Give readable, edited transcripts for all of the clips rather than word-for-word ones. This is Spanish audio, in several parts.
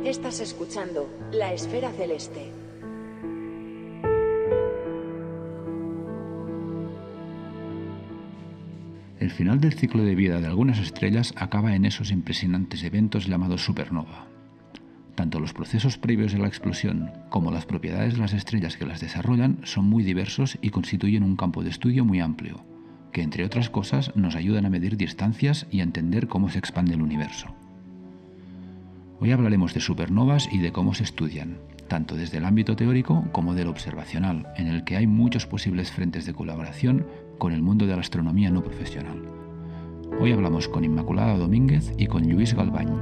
Estás escuchando La Esfera Celeste. El final del ciclo de vida de algunas estrellas acaba en esos impresionantes eventos llamados supernova. Tanto los procesos previos a la explosión como las propiedades de las estrellas que las desarrollan son muy diversos y constituyen un campo de estudio muy amplio, que entre otras cosas nos ayudan a medir distancias y a entender cómo se expande el universo. Hoy hablaremos de supernovas y de cómo se estudian, tanto desde el ámbito teórico como del observacional, en el que hay muchos posibles frentes de colaboración con el mundo de la astronomía no profesional. Hoy hablamos con Inmaculada Domínguez y con Lluís Galvany.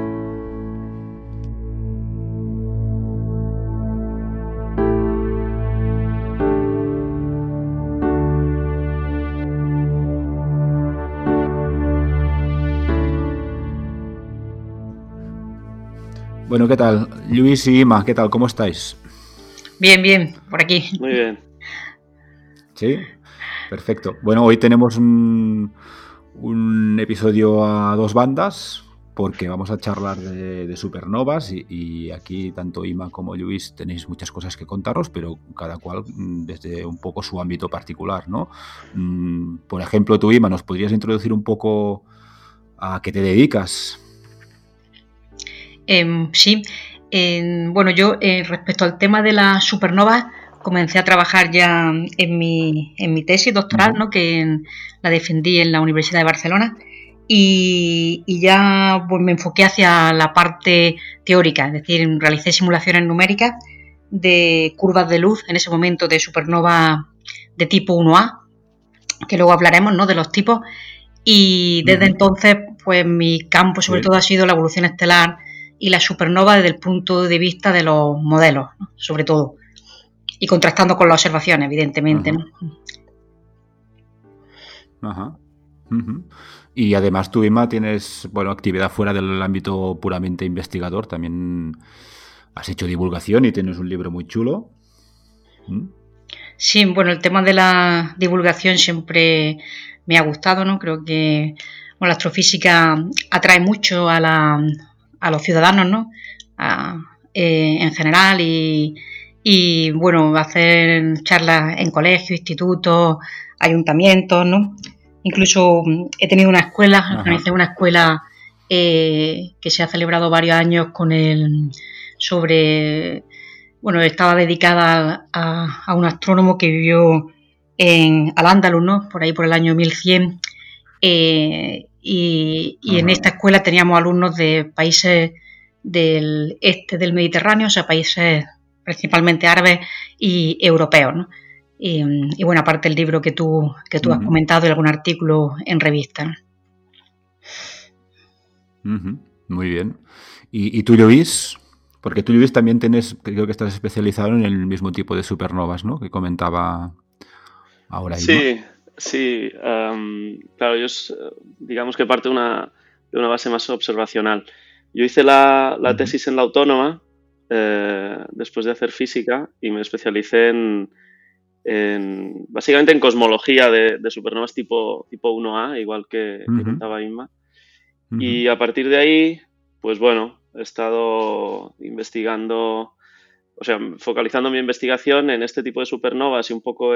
Bueno, ¿qué tal? Lluís y Ima, ¿qué tal? ¿Cómo estáis? Bien, por aquí. Muy bien. ¿Sí? Perfecto. Bueno, hoy tenemos un episodio a dos bandas porque vamos a charlar de supernovas y aquí tanto Ima como Lluís tenéis muchas cosas que contaros, pero cada cual desde un poco su ámbito particular, ¿no? Por ejemplo, tú, Ima, ¿nos podrías introducir un poco a qué te dedicas? Sí. Bueno, yo respecto al tema de las supernovas comencé a trabajar ya en mi tesis doctoral, ¿no? Que la defendí en la Universidad de Barcelona y ya pues, me enfoqué hacia la parte teórica, es decir, realicé simulaciones numéricas de curvas de luz en ese momento de supernova de tipo 1A, que luego hablaremos, ¿no? De los tipos, y desde entonces pues mi campo sobre todo ha sido la evolución estelar y la supernova desde el punto de vista de los modelos, ¿no? Sobre todo, y contrastando con las observaciones, evidentemente, ¿no? Ajá. Y además tú, Ima, tienes actividad fuera del ámbito puramente investigador, también has hecho divulgación y tienes un libro muy chulo. Sí, bueno, el tema de la divulgación siempre me ha gustado, ¿no? Creo que la astrofísica atrae mucho a los ciudadanos, ¿no? En general y bueno, hacer charlas en colegios, institutos, ayuntamientos, ¿no? Incluso he tenido una escuela, organicé una escuela que se ha celebrado varios años estaba dedicada a un astrónomo que vivió en Al-Ándalus, ¿no? Por ahí por el año 1100. Y en esta escuela teníamos alumnos de países del este del Mediterráneo, o sea, países principalmente árabes y europeos, ¿no? Y bueno, aparte el libro que tú has comentado y algún artículo en revista. Muy bien. ¿Y tú, Lluís? Porque tú, Lluís, también creo que estás especializado en el mismo tipo de supernovas, ¿no? Que comentaba ahora Ima. Sí. Claro, yo digamos que parte de una base más observacional. Yo hice la tesis en la Autónoma después de hacer física y me especialicé básicamente en cosmología de supernovas tipo 1A, igual que contaba Inma. Y a partir de ahí, pues bueno, he estado investigando, o sea, focalizando mi investigación en este tipo de supernovas y un poco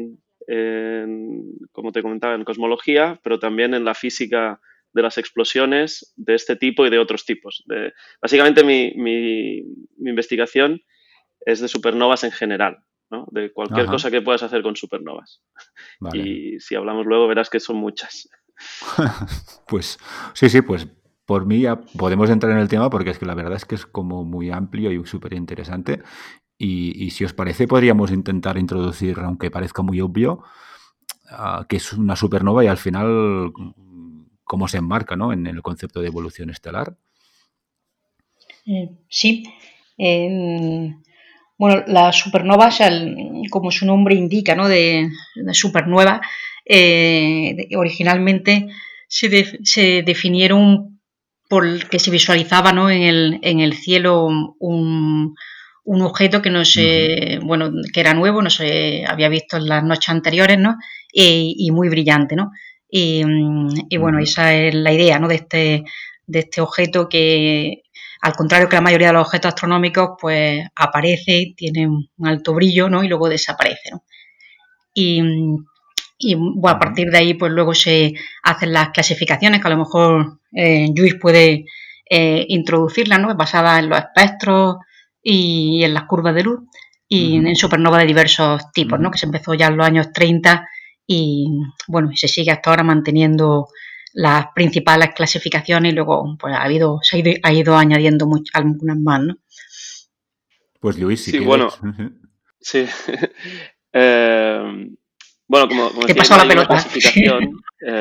como te comentaba, en cosmología, pero también en la física de las explosiones de este tipo y de otros tipos. Básicamente mi investigación es de supernovas en general, ¿no? De cualquier cosa que puedas hacer con supernovas. Vale. Y si hablamos luego verás que son muchas. Pues sí, pues por mí ya podemos entrar en el tema porque es que la verdad es que es como muy amplio y súper interesante. Y si os parece podríamos intentar introducir, aunque parezca muy obvio, que es una supernova y al final cómo se enmarca, ¿no? En el concepto de evolución estelar. Sí. Bueno, la supernova, o sea, como su nombre indica, ¿no? De supernueva, originalmente se definieron porque se visualizaba, ¿no? en el cielo un objeto que que era nuevo, no se había visto en las noches anteriores, ¿no? Y muy brillante, ¿no? Y bueno, esa es la idea, ¿no? De este objeto que al contrario que la mayoría de los objetos astronómicos, pues aparece, tiene un alto brillo, ¿no? Y luego desaparece, ¿no? Y bueno, a partir de ahí, pues luego se hacen las clasificaciones, que a lo mejor Lluís puede introducirlas, ¿no? Basadas en los espectros y en las curvas de luz y en supernovas de diversos tipos, ¿no? Que se empezó ya en los años 30 y, bueno, se sigue hasta ahora manteniendo las principales clasificaciones y luego pues ha ido añadiendo algunas más, ¿no? Pues Lluís, si sí, quieres. Bueno, sí. Bueno, como Te decía, pasó la hay una pelota. clasificación.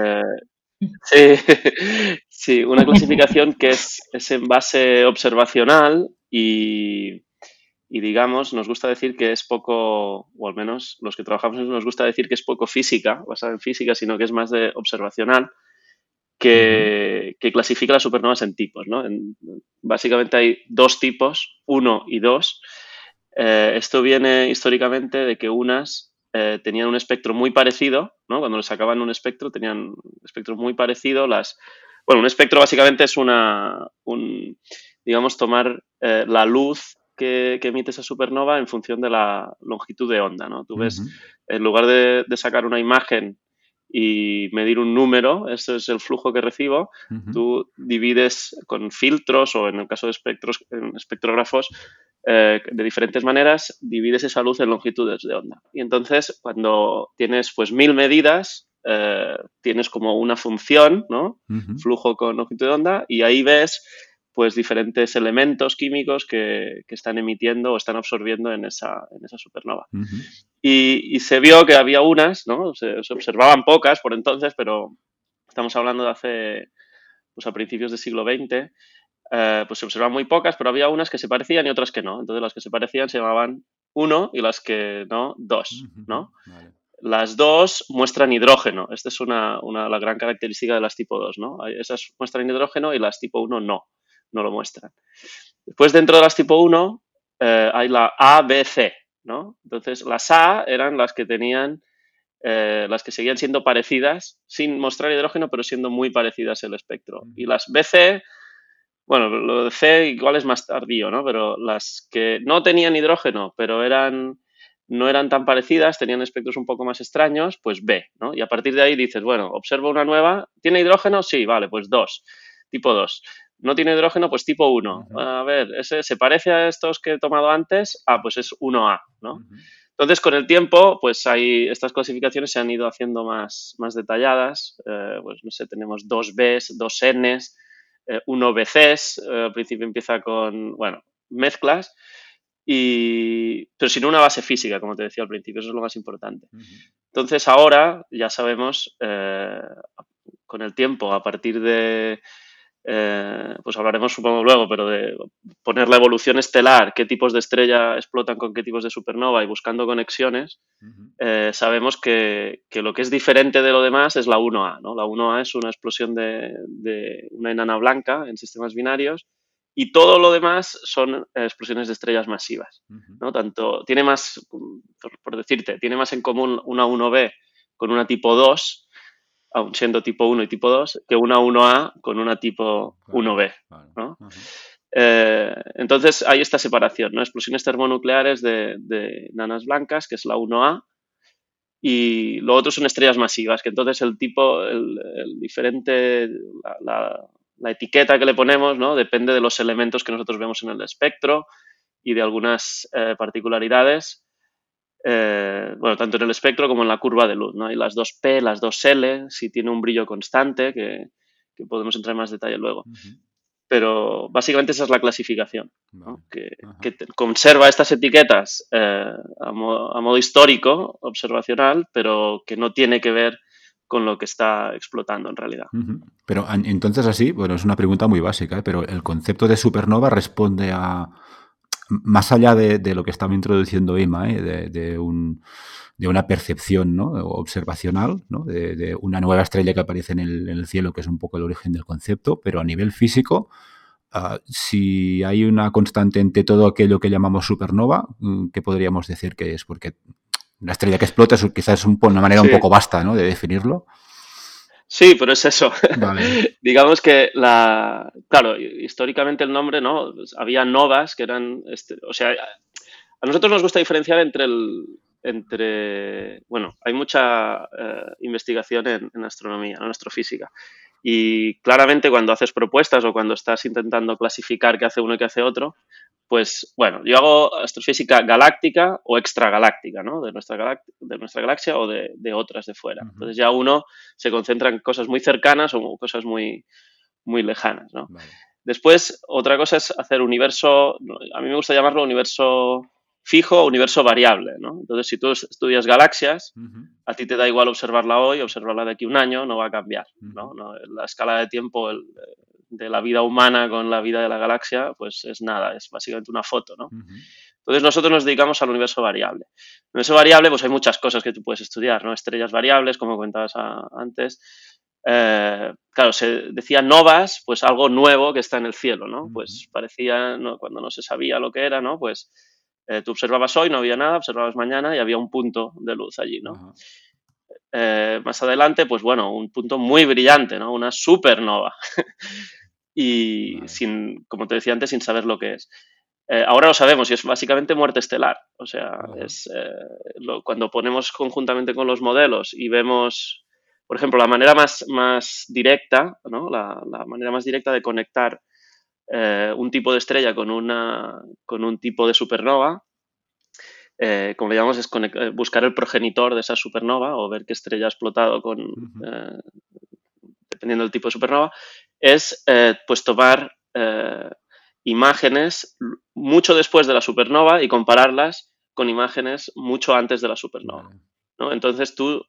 Sí, sí, una clasificación que es en base observacional y digamos, nos gusta decir que es poco, o al menos los que trabajamos nos gusta decir que es poco física, basada en física, sino que es más de observacional, que clasifica las supernovas en tipos, ¿no? Básicamente hay dos tipos, 1 y 2. Esto viene históricamente de que unas tenían un espectro muy parecido, ¿no? Cuando les sacaban un espectro tenían un espectro muy parecido. Bueno, un espectro básicamente es digamos, tomar la luz que emite esa supernova en función de la longitud de onda, ¿no? Tú ves, en lugar de sacar una imagen y medir un número, ese es el flujo que recibo, tú divides con filtros o en el caso de espectrógrafos de diferentes maneras, divides esa luz en longitudes de onda. Y entonces, cuando tienes pues 1000 medidas, tienes como una función, ¿no? Flujo con longitud de onda, y ahí ves pues diferentes elementos químicos que están emitiendo o están absorbiendo en esa supernova. Y se vio que había unas, ¿no? Se observaban pocas por entonces, pero estamos hablando de hace, pues a principios del siglo XX, pues se observaban muy pocas, pero había unas que se parecían y otras que no. Entonces las que se parecían se llamaban 1 y las que no, 2, ¿no? Vale. Las 2 muestran hidrógeno. Esta es la gran característica de las tipo 2, ¿no? Esas muestran hidrógeno y las tipo 1 no lo muestran. Después, dentro de las tipo 1, hay la A, B, C, ¿no? Entonces, las A eran las que tenían, las que seguían siendo parecidas, sin mostrar hidrógeno, pero siendo muy parecidas el espectro. Y las BC, bueno, lo de C igual es más tardío, ¿no? Pero las que no tenían hidrógeno, pero no eran tan parecidas, tenían espectros un poco más extraños, pues B, ¿no? Y a partir de ahí dices, bueno, observo una nueva, ¿tiene hidrógeno? Sí, vale, pues 2, tipo 2. ¿No tiene hidrógeno? Pues tipo 1. A ver, ¿ese se parece a estos que he tomado antes? Ah, pues es 1A, ¿no? Entonces, con el tiempo, pues estas clasificaciones se han ido haciendo más detalladas. Pues no sé, tenemos 2Bs, 2Ns, 1BCs. Al principio empieza con, bueno, mezclas, pero sin una base física, como te decía al principio. Eso es lo más importante. Entonces, ahora ya sabemos, con el tiempo, a partir de... pues hablaremos supongo luego, pero de poner la evolución estelar, qué tipos de estrella explotan con qué tipos de supernova y buscando conexiones, sabemos que lo que es diferente de lo demás es la 1A, ¿no? La 1A es una explosión de una enana blanca en sistemas binarios y todo lo demás son explosiones de estrellas masivas, ¿no? Tanto, tiene más, por decirte, tiene más en común una 1B con una tipo 2, aun siendo tipo 1 y tipo 2, que una 1A con una tipo 1B, ¿no? Entonces hay esta separación, ¿no? Explosiones termonucleares de nanas blancas, que es la 1A, y lo otro son estrellas masivas, que entonces el diferente, la etiqueta que le ponemos, ¿no? Depende de los elementos que nosotros vemos en el espectro y de algunas particularidades. Bueno, tanto en el espectro como en la curva de luz, ¿no? Hay las 2P, las 2L, si tiene un brillo constante, que podemos entrar en más detalle luego. Pero básicamente esa es la clasificación, ¿no? Que conserva estas etiquetas a modo histórico, observacional, pero que no tiene que ver con lo que está explotando en realidad. Pero entonces así, bueno, es una pregunta muy básica, pero el concepto de supernova responde a... Más allá de lo que estaba introduciendo Emma, de una percepción, ¿no? Observacional, ¿no? De una nueva estrella que aparece en el cielo, que es un poco el origen del concepto, pero a nivel físico, si hay una constante entre todo aquello que llamamos supernova, ¿qué podríamos decir que es? Porque la estrella que explota quizás es una manera un poco vasta, ¿no? De definirlo. Sí, pero es eso. Vale. Digamos que claro, históricamente el nombre, ¿no? Pues había novas que eran, o sea, a nosotros nos gusta diferenciar bueno, hay mucha investigación en astronomía, en astrofísica. Y claramente cuando haces propuestas o cuando estás intentando clasificar qué hace uno y qué hace otro, pues bueno, yo hago astrofísica galáctica o extragaláctica, ¿no? De nuestra galaxia o de otras de fuera. Entonces ya uno se concentra en cosas muy cercanas o cosas muy, muy lejanas, ¿no? Vale. Después, otra cosa es hacer universo, a mí me gusta llamarlo universo fijo o universo variable, ¿no? Entonces, si tú estudias galaxias, a ti te da igual observarla hoy, observarla de aquí a un año, no va a cambiar, ¿no? La escala de tiempo de la vida humana con la vida de la galaxia, pues es nada, es básicamente una foto, ¿no? Entonces, nosotros nos dedicamos al universo variable. En el universo variable, pues hay muchas cosas que tú puedes estudiar, ¿no? Estrellas variables, como comentabas antes. Claro, se decía novas, pues algo nuevo que está en el cielo, ¿no? Pues parecía, ¿no? Cuando no se sabía lo que era, ¿no? Pues tú observabas hoy, no había nada, observabas mañana y había un punto de luz allí, ¿no? Más adelante, pues bueno, un punto muy brillante, ¿no? Una supernova. Y Vale. como te decía antes, sin saber lo que es. Ahora lo sabemos y es básicamente muerte estelar. O sea, es cuando ponemos conjuntamente con los modelos y vemos, por ejemplo, la manera más directa, ¿no? La manera más directa de conectar un tipo de estrella con un tipo de supernova, como le llamamos, es buscar el progenitor de esa supernova o ver qué estrella ha explotado dependiendo del tipo de supernova, es pues tomar imágenes mucho después de la supernova y compararlas con imágenes mucho antes de la supernova, ¿no? Entonces tú,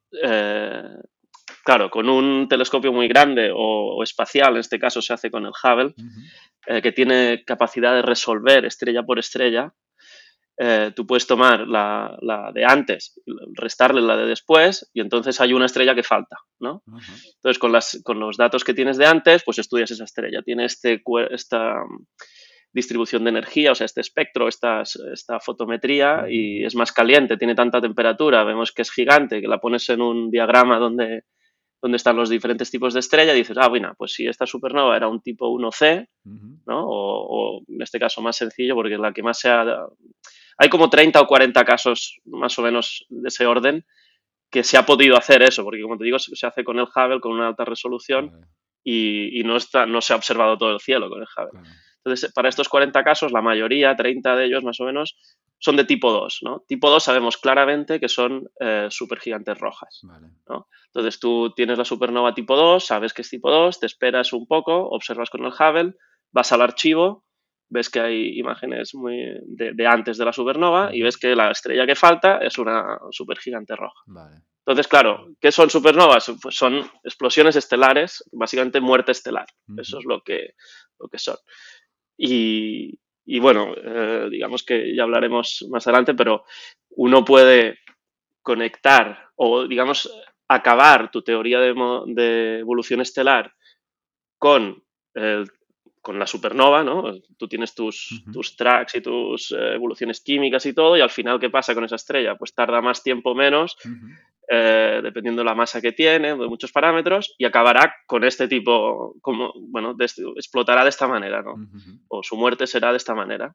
claro, con un telescopio muy grande o espacial, en este caso se hace con el Hubble, que tiene capacidad de resolver estrella por estrella, tú puedes tomar la de antes, restarle la de después y entonces hay una estrella que falta, ¿no? Entonces, con los datos que tienes de antes, pues estudias esa estrella. Tiene esta distribución de energía, o sea, este espectro, esta fotometría y es más caliente, tiene tanta temperatura, vemos que es gigante, que la pones en un diagrama donde están los diferentes tipos de estrella y dices, bueno, pues si esta supernova era un tipo 1C, ¿no? O en este caso más sencillo porque es la que más se ha... Hay como 30 o 40 casos más o menos de ese orden que se ha podido hacer eso, porque como te digo, se hace con el Hubble con una alta resolución y no se ha observado todo el cielo con el Hubble. Entonces, para estos 40 casos, la mayoría, 30 de ellos más o menos, son de tipo 2, ¿no? Tipo 2 sabemos claramente que son supergigantes rojas, ¿no? Entonces, tú tienes la supernova tipo 2, sabes que es tipo 2, te esperas un poco, observas con el Hubble, vas al archivo, ves que hay imágenes de antes de la supernova y ves que la estrella que falta es una supergigante roja. Entonces, claro, ¿qué son supernovas? Pues son explosiones estelares, básicamente muerte estelar. Eso es lo que son. Y bueno, digamos que ya hablaremos más adelante, pero uno puede conectar o, digamos, acabar tu teoría de evolución estelar con la supernova, ¿no? Tú tienes tus tracks y tus evoluciones químicas y todo, y al final, ¿qué pasa con esa estrella? Pues tarda más tiempo o menos, dependiendo de la masa que tiene, de muchos parámetros, y acabará con este tipo, explotará de esta manera, ¿no? O su muerte será de esta manera.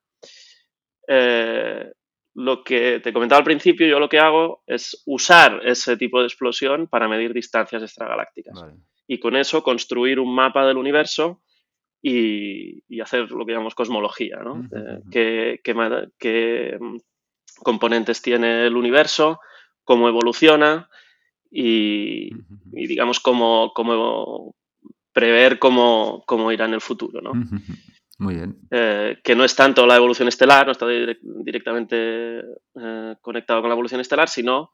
Lo que te comentaba al principio, yo lo que hago es usar ese tipo de explosión para medir distancias extragalácticas. Y con eso construir un mapa del universo y hacer lo que llamamos cosmología, ¿no? ¿Qué componentes tiene el universo? ¿Cómo evoluciona? Y digamos, cómo prever cómo irá en el futuro, ¿no? Muy bien. Que no es tanto la evolución estelar, no está directamente conectado con la evolución estelar, sino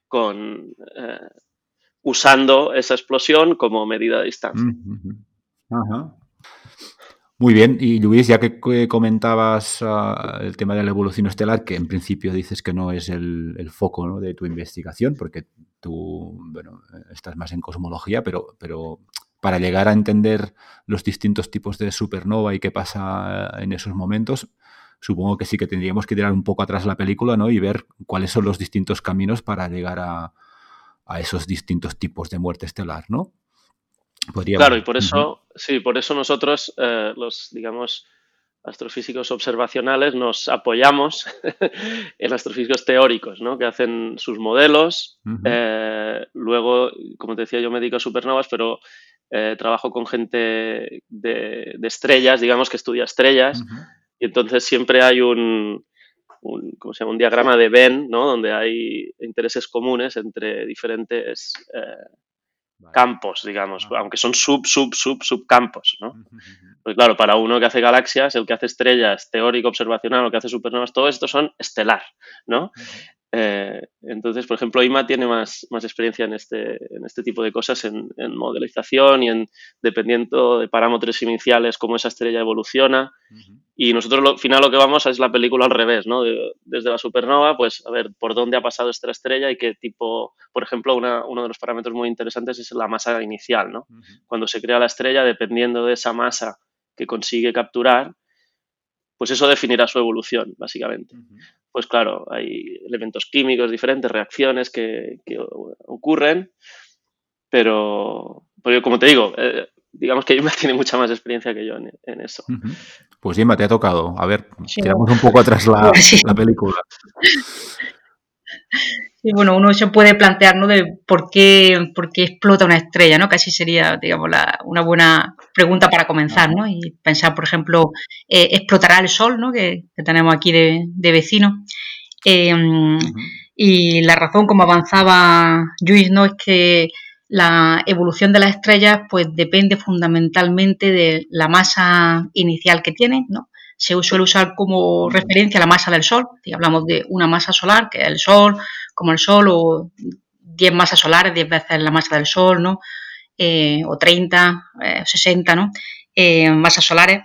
usando esa explosión como medida de distancia. Ajá. Muy bien, y Luis, ya que comentabas el tema de la evolución estelar, que en principio dices que no es el foco, ¿no?, de tu investigación, porque tú, bueno, estás más en cosmología, pero para llegar a entender los distintos tipos de supernova y qué pasa en esos momentos, supongo que sí que tendríamos que tirar un poco atrás la película, ¿no?, y ver cuáles son los distintos caminos para llegar a esos distintos tipos de muerte estelar, ¿no? Claro, y por eso, sí, por eso nosotros, los, digamos, astrofísicos observacionales, nos apoyamos en astrofísicos teóricos, ¿no? Que hacen sus modelos. Luego, como te decía, yo me dedico a supernovas, pero trabajo con gente de estrellas, digamos, que estudia estrellas. Y entonces siempre hay ¿cómo se llama? Un diagrama de Venn, ¿no? Donde hay intereses comunes entre diferentes campos, digamos, aunque son subcampos, ¿no? Pues claro, para uno que hace galaxias, el que hace estrellas, teórico, observacional, o que hace supernovas, todo esto son estelar, ¿no? Entonces, por ejemplo, IMA tiene más experiencia en este tipo de cosas, en modelización y dependiendo de parámetros iniciales, cómo esa estrella evoluciona. Y nosotros al final lo que vamos es la película al revés, ¿no? Desde la supernova, pues a ver por dónde ha pasado esta estrella y qué tipo, por ejemplo, uno de los parámetros muy interesantes es la masa inicial, ¿no? Cuando se crea la estrella, dependiendo de esa masa que consigue capturar, pues eso definirá su evolución, básicamente. Pues claro, hay elementos químicos diferentes, reacciones que ocurren, pero como te digo, digamos que Inma tiene mucha más experiencia que yo en eso. Pues Inma, te ha tocado. A ver, tiramos un poco atrás la película. Sí, bueno, uno se puede plantear, ¿no? De por qué explota una estrella, ¿no? Casi sería, digamos, una buena pregunta para comenzar, ¿no? Y pensar, por ejemplo, ¿explotará el Sol, ¿no? Que tenemos aquí de vecino. Y la razón, como avanzaba Lluís, ¿no? Es que la evolución de las estrellas, pues depende fundamentalmente de la masa inicial que tienen, ¿no? Se suele usar como referencia la masa del Sol. Si hablamos de una masa solar, que es el Sol, como el Sol, o 10 masas solares, 10 veces la masa del Sol, ¿no? O 30, 60, ¿no? Masas solares.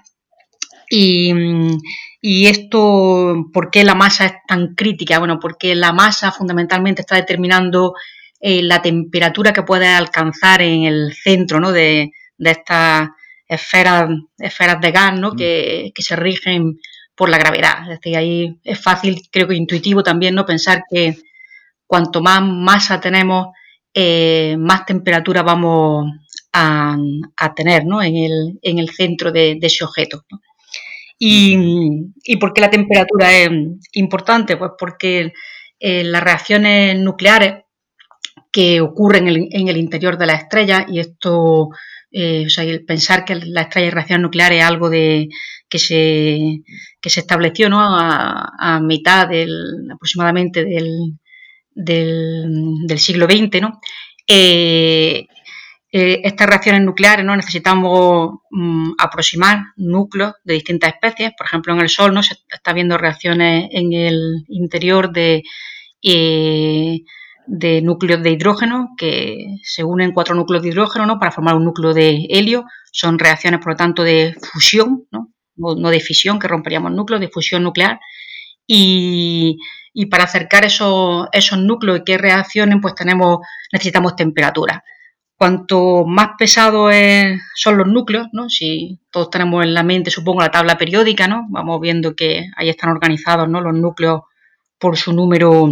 Y esto, ¿por qué la masa es tan crítica? Bueno, porque la masa fundamentalmente está determinando la temperatura que puede alcanzar en el centro, ¿no? de estas esferas de gas, ¿no? Que se rigen por la gravedad. Es decir, ahí es fácil, creo que intuitivo también, ¿no? Pensar que cuanto más masa tenemos, más temperatura vamos a tener, ¿no? en el centro de ese objeto, ¿no? ¿Y por qué la temperatura es importante? Pues porque las reacciones nucleares que ocurren en el interior de la estrella, y esto, o sea, el pensar que la estrella de reacciones nucleares es algo que se estableció, ¿no? a mitad aproximadamente del siglo XX, ¿no? Estas reacciones nucleares, ¿no? Necesitamos aproximar núcleos de distintas especies. Por ejemplo, en el Sol, ¿no? Se está viendo reacciones en el interior de núcleos de hidrógeno que se unen 4 núcleos de hidrógeno, ¿no? Para formar un núcleo de helio. Son reacciones, por lo tanto, de fusión, ¿no? No de fisión, que romperíamos núcleos, de fusión nuclear. Y para acercar esos núcleos y que reaccionen, pues necesitamos temperatura. Cuanto más pesados son los núcleos, ¿no? Si todos tenemos en la mente, supongo, la tabla periódica, ¿no? Vamos viendo que ahí están organizados, ¿no? Los núcleos por su número,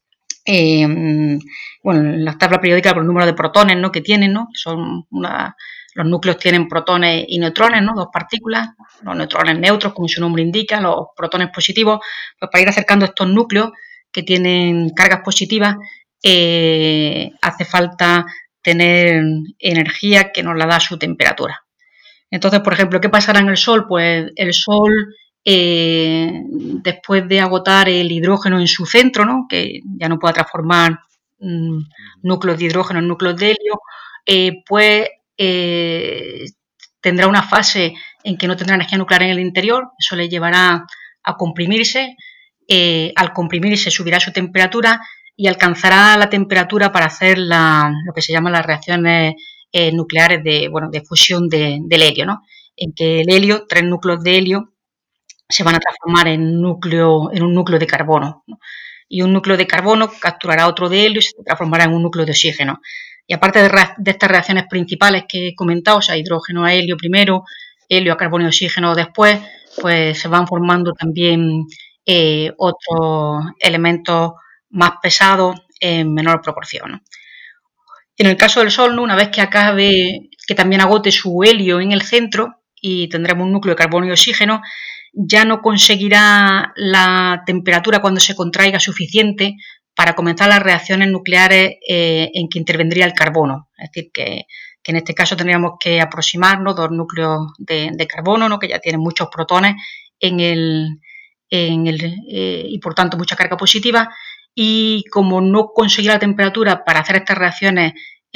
bueno, en la tabla periódica por el número de protones, ¿no? Que tienen, ¿no? Los núcleos tienen protones y neutrones, ¿no? Dos partículas, los neutrones neutros, como su nombre indica, los protones positivos. Pues para ir acercando estos núcleos que tienen cargas positivas, hace falta tener energía que nos la da su temperatura. Entonces, por ejemplo, ¿qué pasará en el Sol? Pues el Sol, después de agotar el hidrógeno en su centro, ¿no? Que ya no pueda transformar núcleos de hidrógeno en núcleos de helio, pues tendrá una fase en que no tendrá energía nuclear en el interior. Eso le llevará a comprimirse. Al comprimirse subirá su temperatura y alcanzará la temperatura para hacer lo que se llaman las reacciones nucleares de fusión del helio, ¿no? En que el helio, 3 núcleos de helio, se van a transformar en un núcleo de carbono, ¿no? Y un núcleo de carbono capturará otro de helio y se transformará en un núcleo de oxígeno. Y aparte de estas reacciones principales que he comentado, o sea, hidrógeno a helio primero, helio a carbono y oxígeno después, pues se van formando también otros elementos más pesados en menor proporción, ¿no? En el caso del Sol, ¿no? Una vez que acabe, que también agote su helio en el centro y tendremos un núcleo de carbono y oxígeno, ya no conseguirá la temperatura cuando se contraiga suficiente para comenzar las reacciones nucleares en que intervendría el carbono. Es decir, que en este caso tendríamos que aproximarnos dos núcleos de carbono, ¿no? Que ya tienen muchos protones y por tanto mucha carga positiva, y como no conseguirá la temperatura para hacer estas reacciones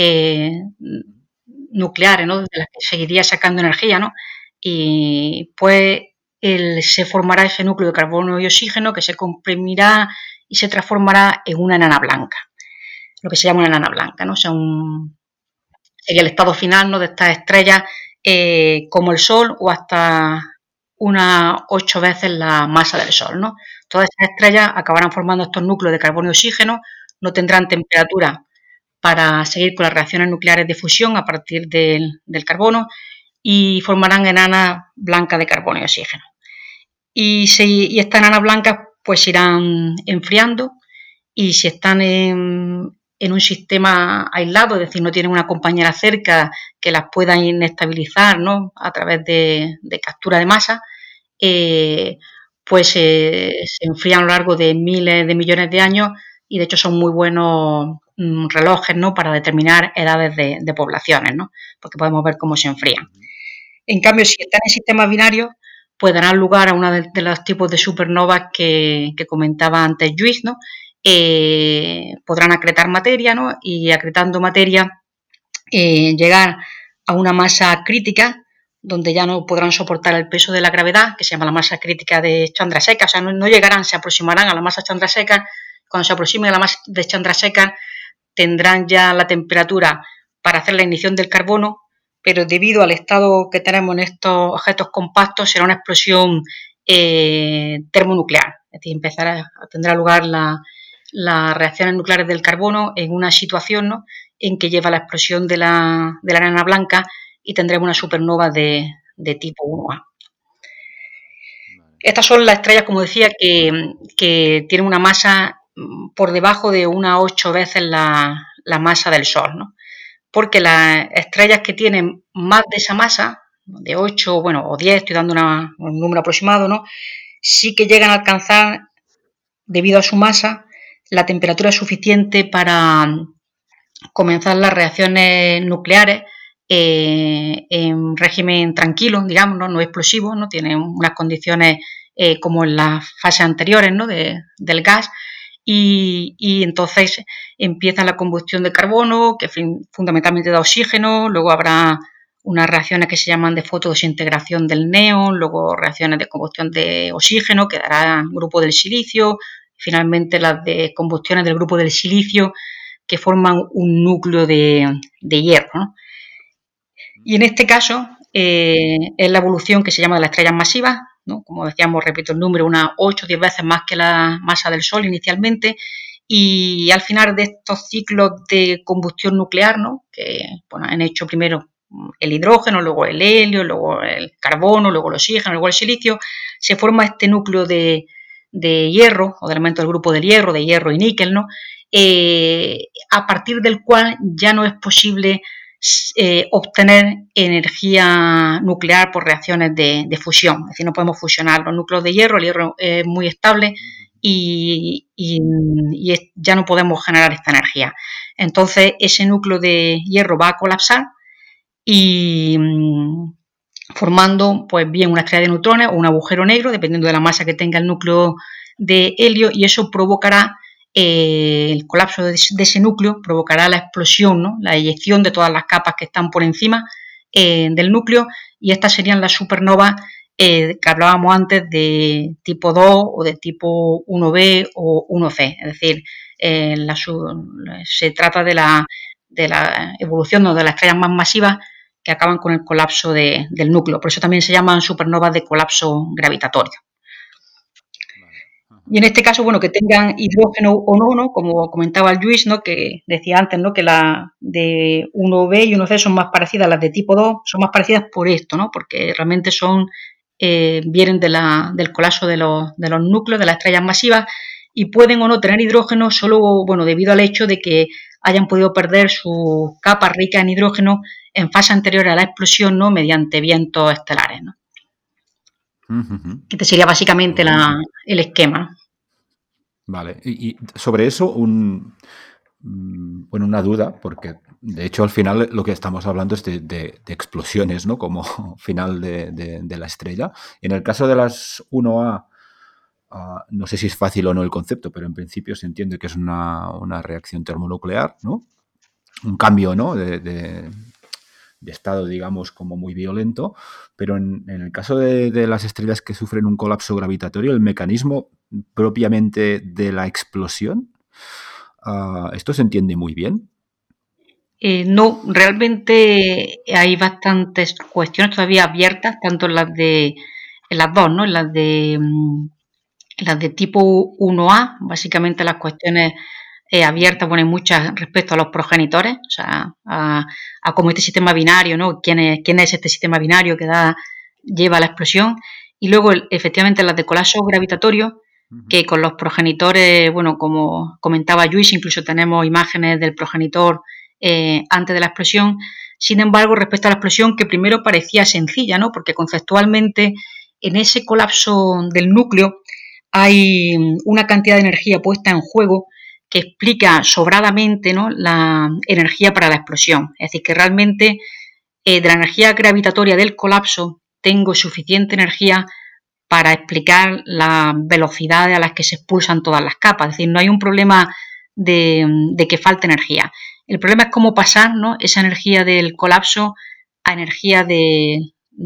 nucleares, ¿no? De las que seguiría sacando energía, ¿no? Y pues se formará ese núcleo de carbono y oxígeno que se comprimirá y se transformará en una enana blanca, lo que se llama una enana blanca, ¿no? O sea, sería el estado final, ¿no? De estas estrellas como el Sol o hasta unas 8 veces la masa del Sol, ¿no? Todas estas estrellas acabarán formando estos núcleos de carbono y oxígeno, no tendrán temperatura para seguir con las reacciones nucleares de fusión a partir del carbono y formarán enanas blancas de carbono y oxígeno. Y estas enanas blancas pues irán enfriando, y si están en un sistema aislado, es decir, no tienen una compañera cerca que las pueda inestabilizar, ¿no? A través de captura de masa, pues se enfrían a lo largo de miles de millones de años, y de hecho son muy buenos relojes, ¿no? Para determinar edades de poblaciones, ¿no? Porque podemos ver cómo se enfrían. En cambio, si están en sistemas binarios, pues darán lugar a uno de los tipos de supernovas que comentaba antes Lluís, ¿no? Podrán acretar materia, ¿no? Y acretando materia llegar a una masa crítica donde ya no podrán soportar el peso de la gravedad, que se llama la masa crítica de Chandrasekhar. O sea, no llegarán, se aproximarán a la masa Chandrasekhar. Cuando se aproximen a la masa de Chandrasekhar tendrán ya la temperatura para hacer la ignición del carbono, pero debido al estado que tenemos en estos objetos compactos será una explosión termonuclear. Es decir, tendrá lugar las reacciones nucleares del carbono en una situación, ¿no? En que lleva la explosión de la enana blanca y tendremos una supernova de tipo 1A. Estas son las estrellas, como decía, que tienen una masa por debajo de unas 8 veces la masa del Sol, ¿no? Porque las estrellas que tienen más de esa masa, de 8 o 10, estoy dando un número aproximado, ¿no? Sí que llegan a alcanzar, debido a su masa, la temperatura suficiente para comenzar las reacciones nucleares en régimen tranquilo, digamos, no explosivo, no tiene unas condiciones como en las fases anteriores, ¿no? del gas, y entonces empieza la combustión de carbono, que fundamentalmente da oxígeno, luego habrá unas reacciones que se llaman de fotodesintegración del neón, luego reacciones de combustión de oxígeno, que dará el grupo del silicio, finalmente las de combustiones del grupo del silicio, que forman un núcleo de hierro, ¿no? Y en este caso es la evolución que se llama de las estrellas masivas, ¿no? Como decíamos, repito el número, unas 8 o 10 veces más que la masa del Sol inicialmente, y al final de estos ciclos de combustión nuclear, ¿no? Que han hecho primero el hidrógeno, luego el helio, luego el carbono, luego el oxígeno, luego el silicio, se forma este núcleo de hierro, o de elementos del grupo del hierro, de hierro y níquel, ¿no? A partir del cual ya no es posible obtener energía nuclear por reacciones de fusión. Es decir, no podemos fusionar los núcleos de hierro, el hierro es muy estable y ya no podemos generar esta energía. Entonces, ese núcleo de hierro va a colapsar y formando pues bien una estrella de neutrones o un agujero negro, dependiendo de la masa que tenga el núcleo de helio, y eso provocará el colapso de ese núcleo, provocará la explosión, ¿no? La eyección de todas las capas que están por encima del núcleo, y estas serían las supernovas que hablábamos antes de tipo 2 o de tipo 1b o 1c. Es decir, se trata de la evolución, ¿no? De las estrellas más masivas que acaban con el colapso del núcleo. Por eso también se llaman supernovas de colapso gravitatorio. Y en este caso, bueno, que tengan hidrógeno o no, como comentaba Lluís, ¿no? Que decía antes, ¿no? Que las de 1b y 1c son más parecidas a las de tipo 2, son más parecidas por esto, ¿no? Porque realmente vienen del colapso de los núcleos de las estrellas masivas, y pueden o no tener hidrógeno solo, bueno, debido al hecho de que hayan podido perder su capa rica en hidrógeno en fase anterior a la explosión, ¿no? Mediante vientos estelares, ¿no? Este sería básicamente el esquema. Vale, y sobre eso bueno, una duda, porque de hecho al final lo que estamos hablando es de explosiones, ¿no? Como final de la estrella. En el caso de las 1A, no sé si es fácil o no el concepto, pero en principio se entiende que es una reacción termonuclear, ¿no? Un cambio, ¿no? de estado, digamos, como muy violento, pero en el caso de las estrellas que sufren un colapso gravitatorio, el mecanismo propiamente de la explosión, ¿esto se entiende muy bien? No, realmente hay bastantes cuestiones todavía abiertas, tanto en las dos, ¿no? En las de tipo 1A, básicamente las cuestiones abiertas, bueno, hay muchas respecto a los progenitores, o sea, a cómo este sistema binario, ¿no? ¿Quién es este sistema binario que lleva a la explosión? Y luego, efectivamente, las de colapso gravitatorio, que con los progenitores, bueno, como comentaba Luis, incluso tenemos imágenes del progenitor antes de la explosión. Sin embargo, respecto a la explosión, que primero parecía sencilla, ¿no? Porque conceptualmente en ese colapso del núcleo hay una cantidad de energía puesta en juego que explica sobradamente, ¿no? La energía para la explosión. Es decir, que realmente de la energía gravitatoria del colapso tengo suficiente energía para explicar las velocidades a las que se expulsan todas las capas. Es decir, no hay un problema de que falte energía. El problema es cómo pasar, ¿no? Esa energía del colapso a energía de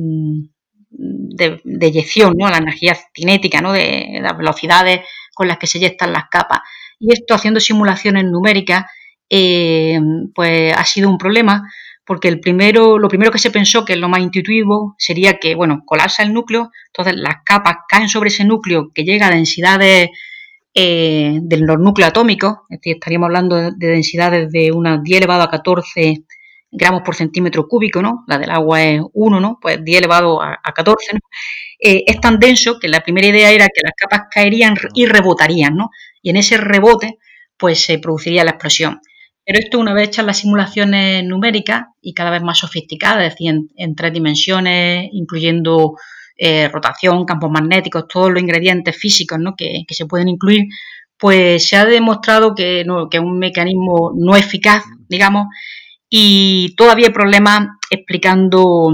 eyección, ¿no? A la energía cinética, ¿no? De las velocidades con las que se eyectan las capas. Y esto, haciendo simulaciones numéricas, pues ha sido un problema, porque lo primero que se pensó, que es lo más intuitivo, sería que, bueno, colapsa el núcleo, entonces las capas caen sobre ese núcleo que llega a densidades de los núcleos atómicos, es decir, estaríamos hablando de densidades de unas 10 elevado a 14 gramos por centímetro cúbico, ¿no? La del agua es 1, ¿no? Pues 10 elevado a 14, ¿no? Es tan denso que la primera idea era que las capas caerían y rebotarían, ¿no? Y en ese rebote, pues se produciría la explosión. Pero esto, una vez hechas las simulaciones numéricas y cada vez más sofisticadas, es decir, en 3 dimensiones, incluyendo rotación, campos magnéticos, todos los ingredientes físicos, ¿no? que se pueden incluir, pues se ha demostrado que es un mecanismo no eficaz, digamos, y todavía hay problemas explicando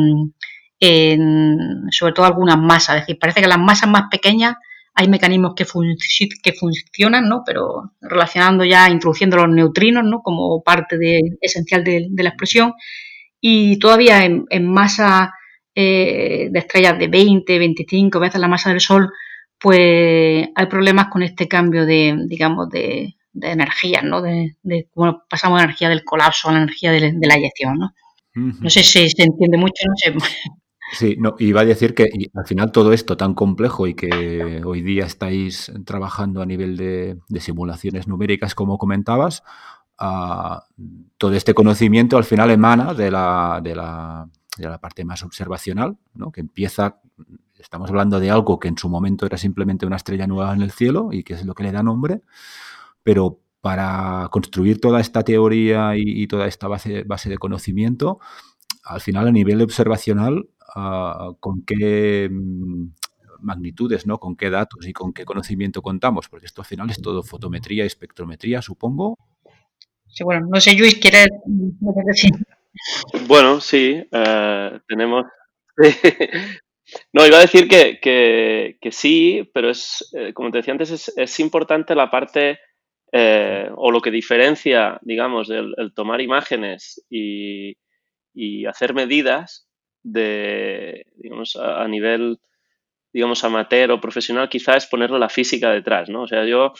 sobre todo algunas masas. Es decir, parece que las masas más pequeñas hay mecanismos que funcionan, ¿no? Pero relacionando ya, introduciendo los neutrinos, ¿no? Como parte esencial de la explosión. Y todavía en masa de estrellas de 20, 25 veces la masa del Sol, pues hay problemas con este cambio digamos, de energía, ¿no? De cómo pasamos de la energía del colapso a la energía de la eyección, ¿no? No sé si se entiende mucho, no sé. Sí, no, iba a decir que al final todo esto tan complejo y que hoy día estáis trabajando a nivel de simulaciones numéricas, como comentabas, todo este conocimiento al final emana de la parte más observacional, ¿no? Que estamos hablando de algo que en su momento era simplemente una estrella nueva en el cielo y que es lo que le da nombre, pero para construir toda esta teoría y toda esta base de conocimiento, al final a nivel observacional, con qué magnitudes, ¿no? Con qué datos y con qué conocimiento contamos, porque esto al final es todo fotometría y espectrometría, supongo. Sí, bueno, no sé, Luis, ¿quieres decir? Bueno, sí, tenemos... No, iba a decir que sí, pero como te decía antes, es importante la parte o lo que diferencia, digamos, el tomar imágenes y hacer medidas digamos, a nivel, digamos, amateur o profesional, quizás es ponerle la física detrás, ¿no? O sea, yo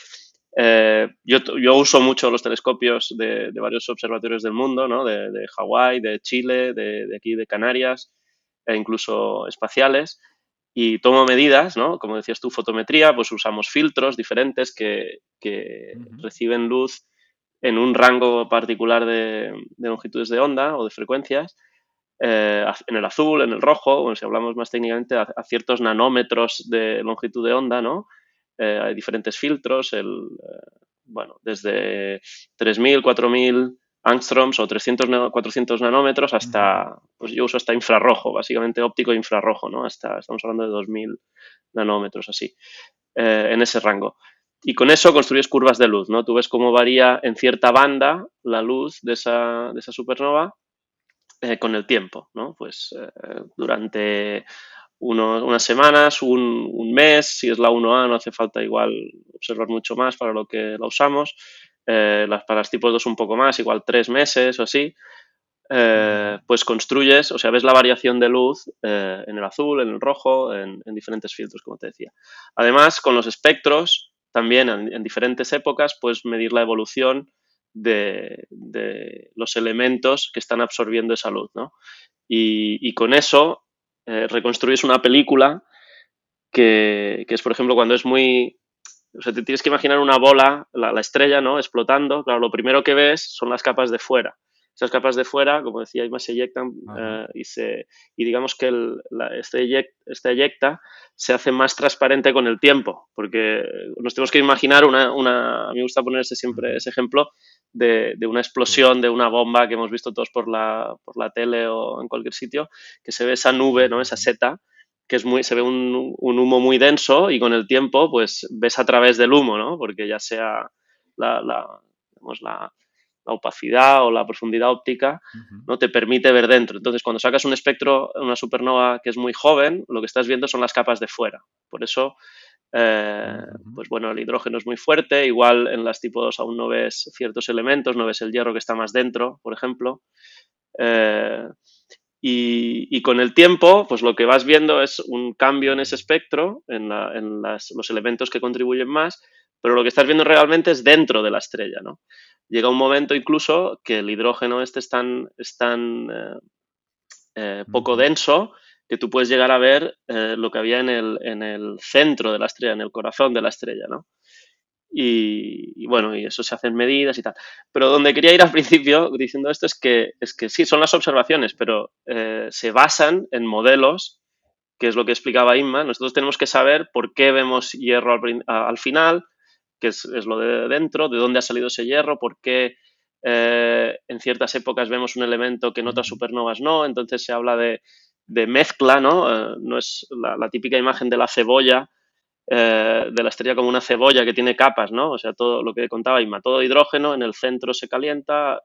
uso mucho los telescopios de varios observatorios del mundo, ¿no? De Hawái, de Chile, de aquí de Canarias, e incluso espaciales, y tomo medidas, ¿no? Como decías tú, fotometría, pues usamos filtros diferentes que reciben luz en un rango particular de longitudes de onda o de frecuencias, en el azul, en el rojo, o si hablamos más técnicamente, a ciertos nanómetros de longitud de onda, ¿no? Hay diferentes filtros, bueno, desde 3.000, 4.000 angstroms o 300, 400 nanómetros hasta, pues yo uso hasta infrarrojo, básicamente óptico e infrarrojo, ¿no? Estamos hablando de 2.000 nanómetros así, en ese rango. Y con eso construyes curvas de luz, ¿no? Tú ves cómo varía en cierta banda la luz de esa supernova con el tiempo, ¿no? Pues durante unas semanas, un mes, si es la 1A no hace falta igual observar mucho más para lo que la usamos, para las tipos 2 un poco más, igual 3 meses o así, pues construyes, o sea, ves la variación de luz en el azul, en el rojo, en diferentes filtros, como te decía. Además, con los espectros, también en diferentes épocas, puedes medir la evolución de los elementos que están absorbiendo esa luz, ¿no? Y con eso reconstruyes una película que es, por ejemplo, cuando es muy... O sea, te tienes que imaginar una bola, la estrella, ¿no? Explotando. Claro, lo primero que ves son las capas de fuera. Esas capas de fuera, como decía, se eyectan y digamos que esta eyecta se hace más transparente con el tiempo, porque nos tenemos que imaginar a mí me gusta poner siempre ese ejemplo de una explosión, de una bomba que hemos visto todos por la tele o en cualquier sitio, que se ve esa nube, ¿no? Esa seta, que se ve un humo muy denso y con el tiempo pues ves a través del humo, ¿no? Porque ya sea la opacidad o la profundidad óptica no te permite ver dentro. Entonces, cuando sacas un espectro, una supernova que es muy joven, lo que estás viendo son las capas de fuera. Por eso, pues bueno, el hidrógeno es muy fuerte, igual en las tipo 2 aún no ves ciertos elementos, no ves el hierro que está más dentro, por ejemplo. Y con el tiempo, pues lo que vas viendo es un cambio en ese espectro, en los elementos que contribuyen más, pero lo que estás viendo realmente es dentro de la estrella, ¿no? Llega un momento incluso que el hidrógeno es tan poco denso que tú puedes llegar a ver lo que había en el centro de la estrella, en el corazón de la estrella, ¿no? Y bueno, y eso se hacen medidas y tal. Pero donde quería ir al principio diciendo esto es que sí, son las observaciones, pero se basan en modelos, que es lo que explicaba Inma. Nosotros tenemos que saber por qué vemos hierro al final, que es lo de dentro, de dónde ha salido ese hierro, por qué en ciertas épocas vemos un elemento que en otras supernovas no. Entonces se habla de mezcla, ¿no? No es la típica imagen de la cebolla, de la estrella como una cebolla que tiene capas, ¿no? O sea, todo lo que contaba Inma, todo hidrógeno, en el centro se calienta,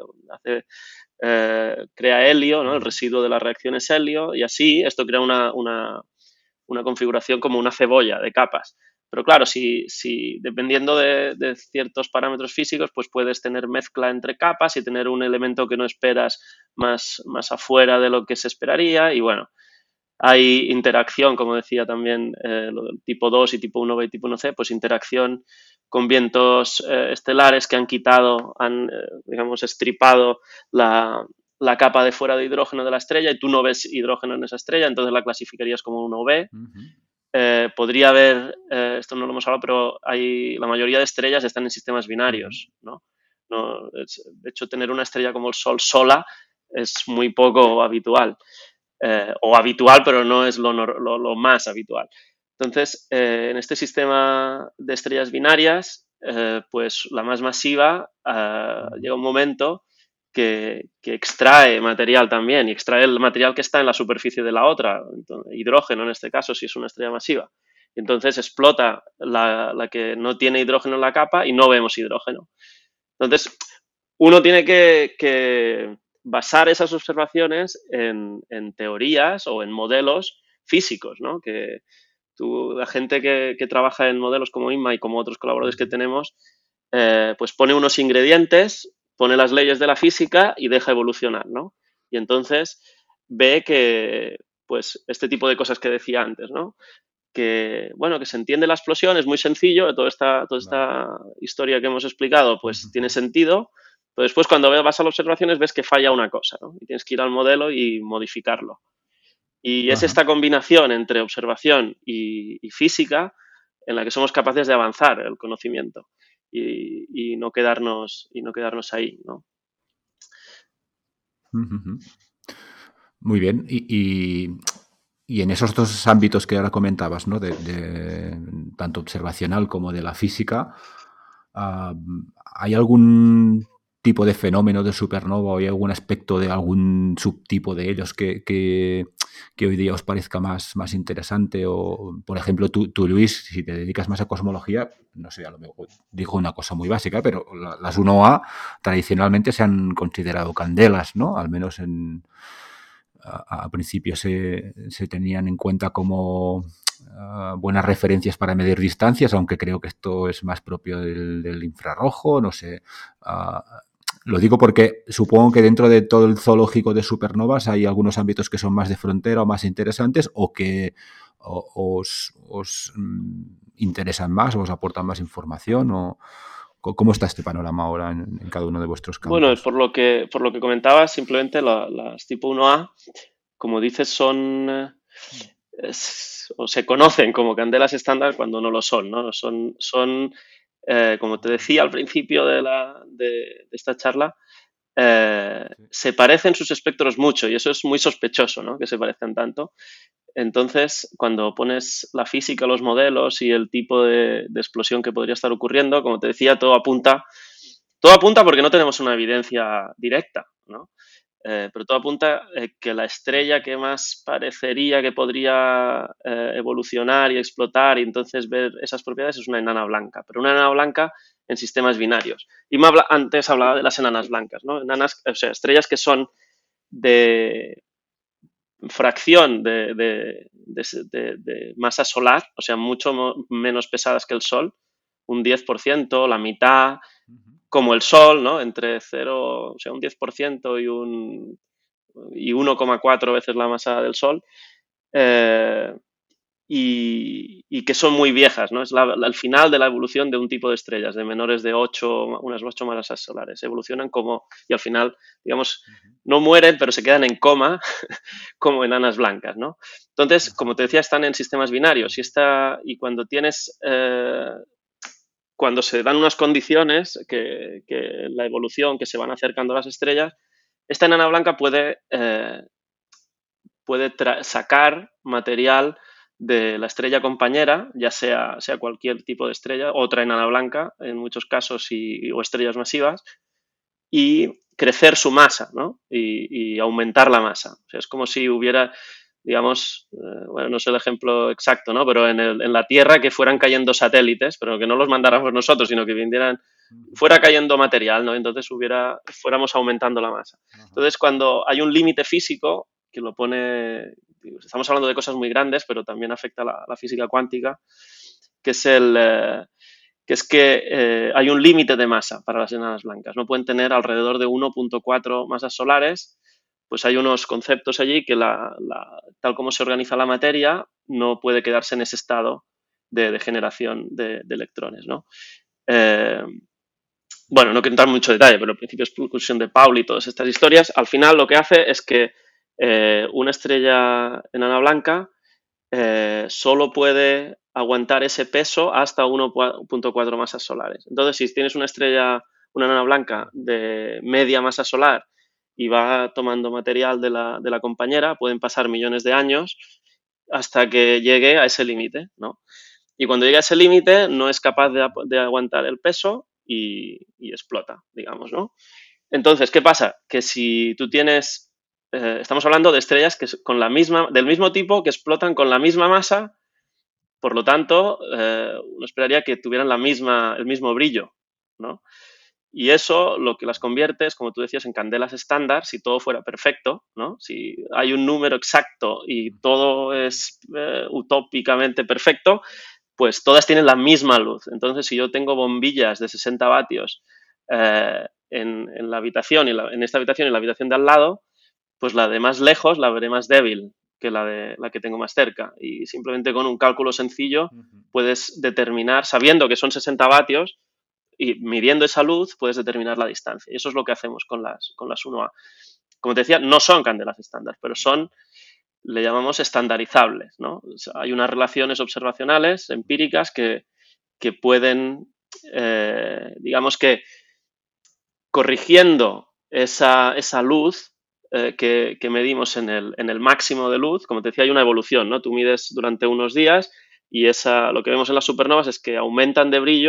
crea helio, ¿no? El residuo de la reacción es helio, y así esto crea una configuración como una cebolla de capas. Pero claro, si dependiendo de ciertos parámetros físicos, pues puedes tener mezcla entre capas y tener un elemento que no esperas más afuera de lo que se esperaría, y bueno, hay interacción, como decía también, lo del tipo 2 y tipo 1b y tipo 1c, pues interacción con vientos estelares que han quitado, digamos, estripado la capa de fuera de hidrógeno de la estrella, y tú no ves hidrógeno en esa estrella, entonces la clasificarías como 1b. Podría haber, esto no lo hemos hablado, pero la mayoría de estrellas están en sistemas binarios, ¿no? De hecho, tener una estrella como el Sol sola es muy poco habitual. O habitual, pero no es lo más habitual. Entonces, en este sistema de estrellas binarias, pues la más masiva llega un momento que extrae material también, y extrae el material que está en la superficie de la otra, entonces, hidrógeno en este caso, si es una estrella masiva. Entonces explota la que no tiene hidrógeno en la capa y no vemos hidrógeno. Entonces, uno tiene que basar esas observaciones en teorías o en modelos físicos, ¿no? Que la gente que trabaja en modelos como Inma y como otros colaboradores que tenemos, pues pone unos ingredientes, pone las leyes de la física y deja evolucionar, ¿no? Y entonces ve que, pues, este tipo de cosas que decía antes, ¿no? Que, bueno, que se entiende la explosión, es muy sencillo, toda esta historia que hemos explicado, pues tiene sentido. Pero después, cuando vas a las observaciones, ves que falla una cosa, ¿no? Y tienes que ir al modelo y modificarlo. Y es esta combinación entre observación y física en la que somos capaces de avanzar el conocimiento y no quedarnos ahí, ¿no? Muy bien. Y en esos dos ámbitos que ahora comentabas, ¿no? De tanto observacional como de la física, ¿hay algún tipo de fenómeno de supernova o hay algún aspecto de algún subtipo de ellos que hoy día os parezca más interesante? O, por ejemplo, tú, Luis, si te dedicas más a cosmología, no sé, a lo mejor digo una cosa muy básica, pero las 1A tradicionalmente se han considerado candelas, ¿no? Al menos a principio se tenían en cuenta como buenas referencias para medir distancias, aunque creo que esto es más propio del infrarrojo, no sé. Lo digo porque supongo que dentro de todo el zoológico de supernovas hay algunos ámbitos que son más de frontera o más interesantes o que os interesan más o os aportan más información. O ¿cómo está este panorama ahora en cada uno de vuestros campos? Bueno, por lo que comentabas, simplemente las tipo 1A, como dices, son o se conocen como candelas estándar cuando no lo son, ¿no? Son como te decía al principio de esta charla, se parecen sus espectros mucho y eso es muy sospechoso, ¿no? Que se parezcan tanto. Entonces, cuando pones la física, los modelos y el tipo de explosión que podría estar ocurriendo, como te decía, todo apunta porque no tenemos una evidencia directa, ¿no? Pero todo apunta que la estrella que más parecería que podría evolucionar y explotar y entonces ver esas propiedades es una enana blanca, pero una enana blanca en sistemas binarios. Y antes hablaba de las enanas blancas, ¿no? O sea, estrellas que son de fracción de masa solar, o sea, mucho menos pesadas que el Sol, un 10%, la mitad, como el Sol, ¿no? Entre 0, o sea, un 10% y 1,4 veces la masa del Sol, y que son muy viejas, ¿no? Es el final de la evolución de un tipo de estrellas, de menores de 8, unas 8 masas solares. Evolucionan y al final, digamos, no mueren, pero se quedan en coma como enanas blancas, ¿no? Entonces, como te decía, están en sistemas binarios y cuando tienes... cuando se dan unas condiciones que la evolución, que se van acercando a las estrellas, esta enana blanca puede sacar material de la estrella compañera, ya sea cualquier tipo de estrella, otra enana blanca en muchos casos o estrellas masivas, y crecer su masa, ¿no? Y aumentar la masa. O sea, es como si hubiera, digamos, bueno, no sé el ejemplo exacto, ¿no? Pero en la Tierra que fueran cayendo satélites, pero que no los mandáramos nosotros, sino que fuera cayendo material, ¿no? Entonces fuéramos aumentando la masa. Entonces, cuando hay un límite físico que lo pone, estamos hablando de cosas muy grandes, pero también afecta a la física cuántica, que es que hay un límite de masa para las enanas blancas. No pueden tener alrededor de 1,4 masas solares. Pues hay unos conceptos allí que tal como se organiza la materia no puede quedarse en ese estado de generación de electrones, ¿no? Bueno, no quiero entrar en mucho detalle, pero el principio de exclusión de Pauli y todas estas historias, al final lo que hace es que una estrella enana blanca solo puede aguantar ese peso hasta 1,4 masas solares. Entonces, si tienes una enana blanca de media masa solar y va tomando material de la compañera, pueden pasar millones de años hasta que llegue a ese límite, ¿no? Y cuando llega a ese límite no es capaz de aguantar el peso y explota, digamos, ¿no? Entonces, ¿qué pasa? Que si tú tienes... estamos hablando de estrellas del mismo tipo que explotan con la misma masa, por lo tanto, uno esperaría que tuvieran el mismo brillo, ¿no? Y eso lo que las convierte es, como tú decías, en candelas estándar, si todo fuera perfecto, ¿no? Si hay un número exacto y todo es utópicamente perfecto, pues todas tienen la misma luz. Entonces, si yo tengo bombillas de 60 vatios en la habitación, en esta habitación y en la habitación de al lado, pues la de más lejos la veré más débil que la que tengo más cerca. Y simplemente con un cálculo sencillo puedes determinar, sabiendo que son 60 vatios, y midiendo esa luz puedes determinar la distancia. Y eso es lo que hacemos con las 1A. Como te decía, no son candelas estándar, pero le llamamos estandarizables, ¿no? O sea, hay unas relaciones observacionales, empíricas, que pueden, digamos que, corrigiendo esa luz que medimos en el máximo de luz, como te decía, hay una evolución, ¿no? Tú mides durante unos días y lo que vemos en las supernovas es que aumentan de brillo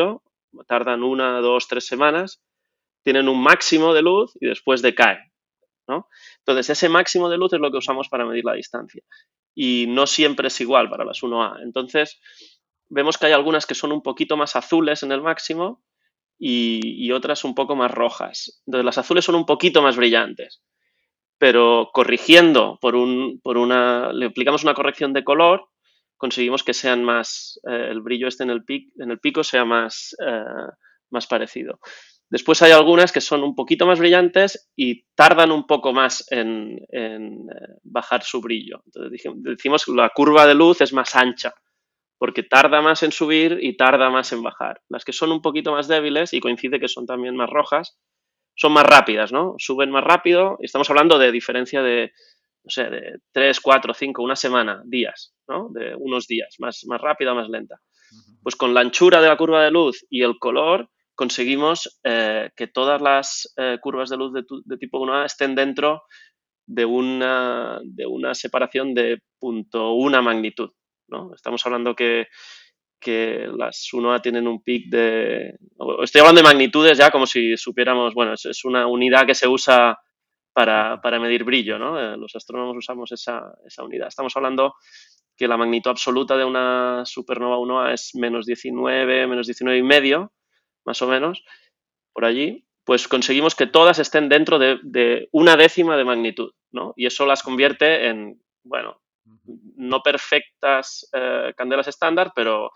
tardan 1, 2, 3 semanas, tienen un máximo de luz y después decaen, ¿no? Entonces, ese máximo de luz es lo que usamos para medir la distancia. Y no siempre es igual para las 1A. Entonces, vemos que hay algunas que son un poquito más azules en el máximo y otras un poco más rojas. Entonces, las azules son un poquito más brillantes. Pero corrigiendo le aplicamos una corrección de color, conseguimos que sean más, el brillo en el pico sea más parecido. Después hay algunas que son un poquito más brillantes y tardan un poco más en bajar su brillo. Entonces decimos que la curva de luz es más ancha, porque tarda más en subir y tarda más en bajar. Las que son un poquito más débiles, y coincide que son también más rojas, son más rápidas, ¿no? Suben más rápido. Estamos hablando de diferencia de, no sé, de 3, 4, 5, una semana, días, ¿no? De unos días, más rápida, más lenta. Pues con la anchura de la curva de luz y el color conseguimos que todas las curvas de luz de tipo 1A estén dentro de una separación de 0.1 magnitud, ¿no? Estamos hablando que las 1A tienen un pic de... Estoy hablando de magnitudes ya como si supiéramos, bueno, es una unidad que se usa para medir brillo, ¿no? Los astrónomos usamos esa unidad. Estamos hablando que la magnitud absoluta de una supernova 1A es menos 19, menos 19 y medio, más o menos, por allí. Pues conseguimos que todas estén dentro de una décima de magnitud, ¿no? Y eso las convierte en, bueno, no perfectas candelas estándar, pero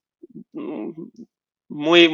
muy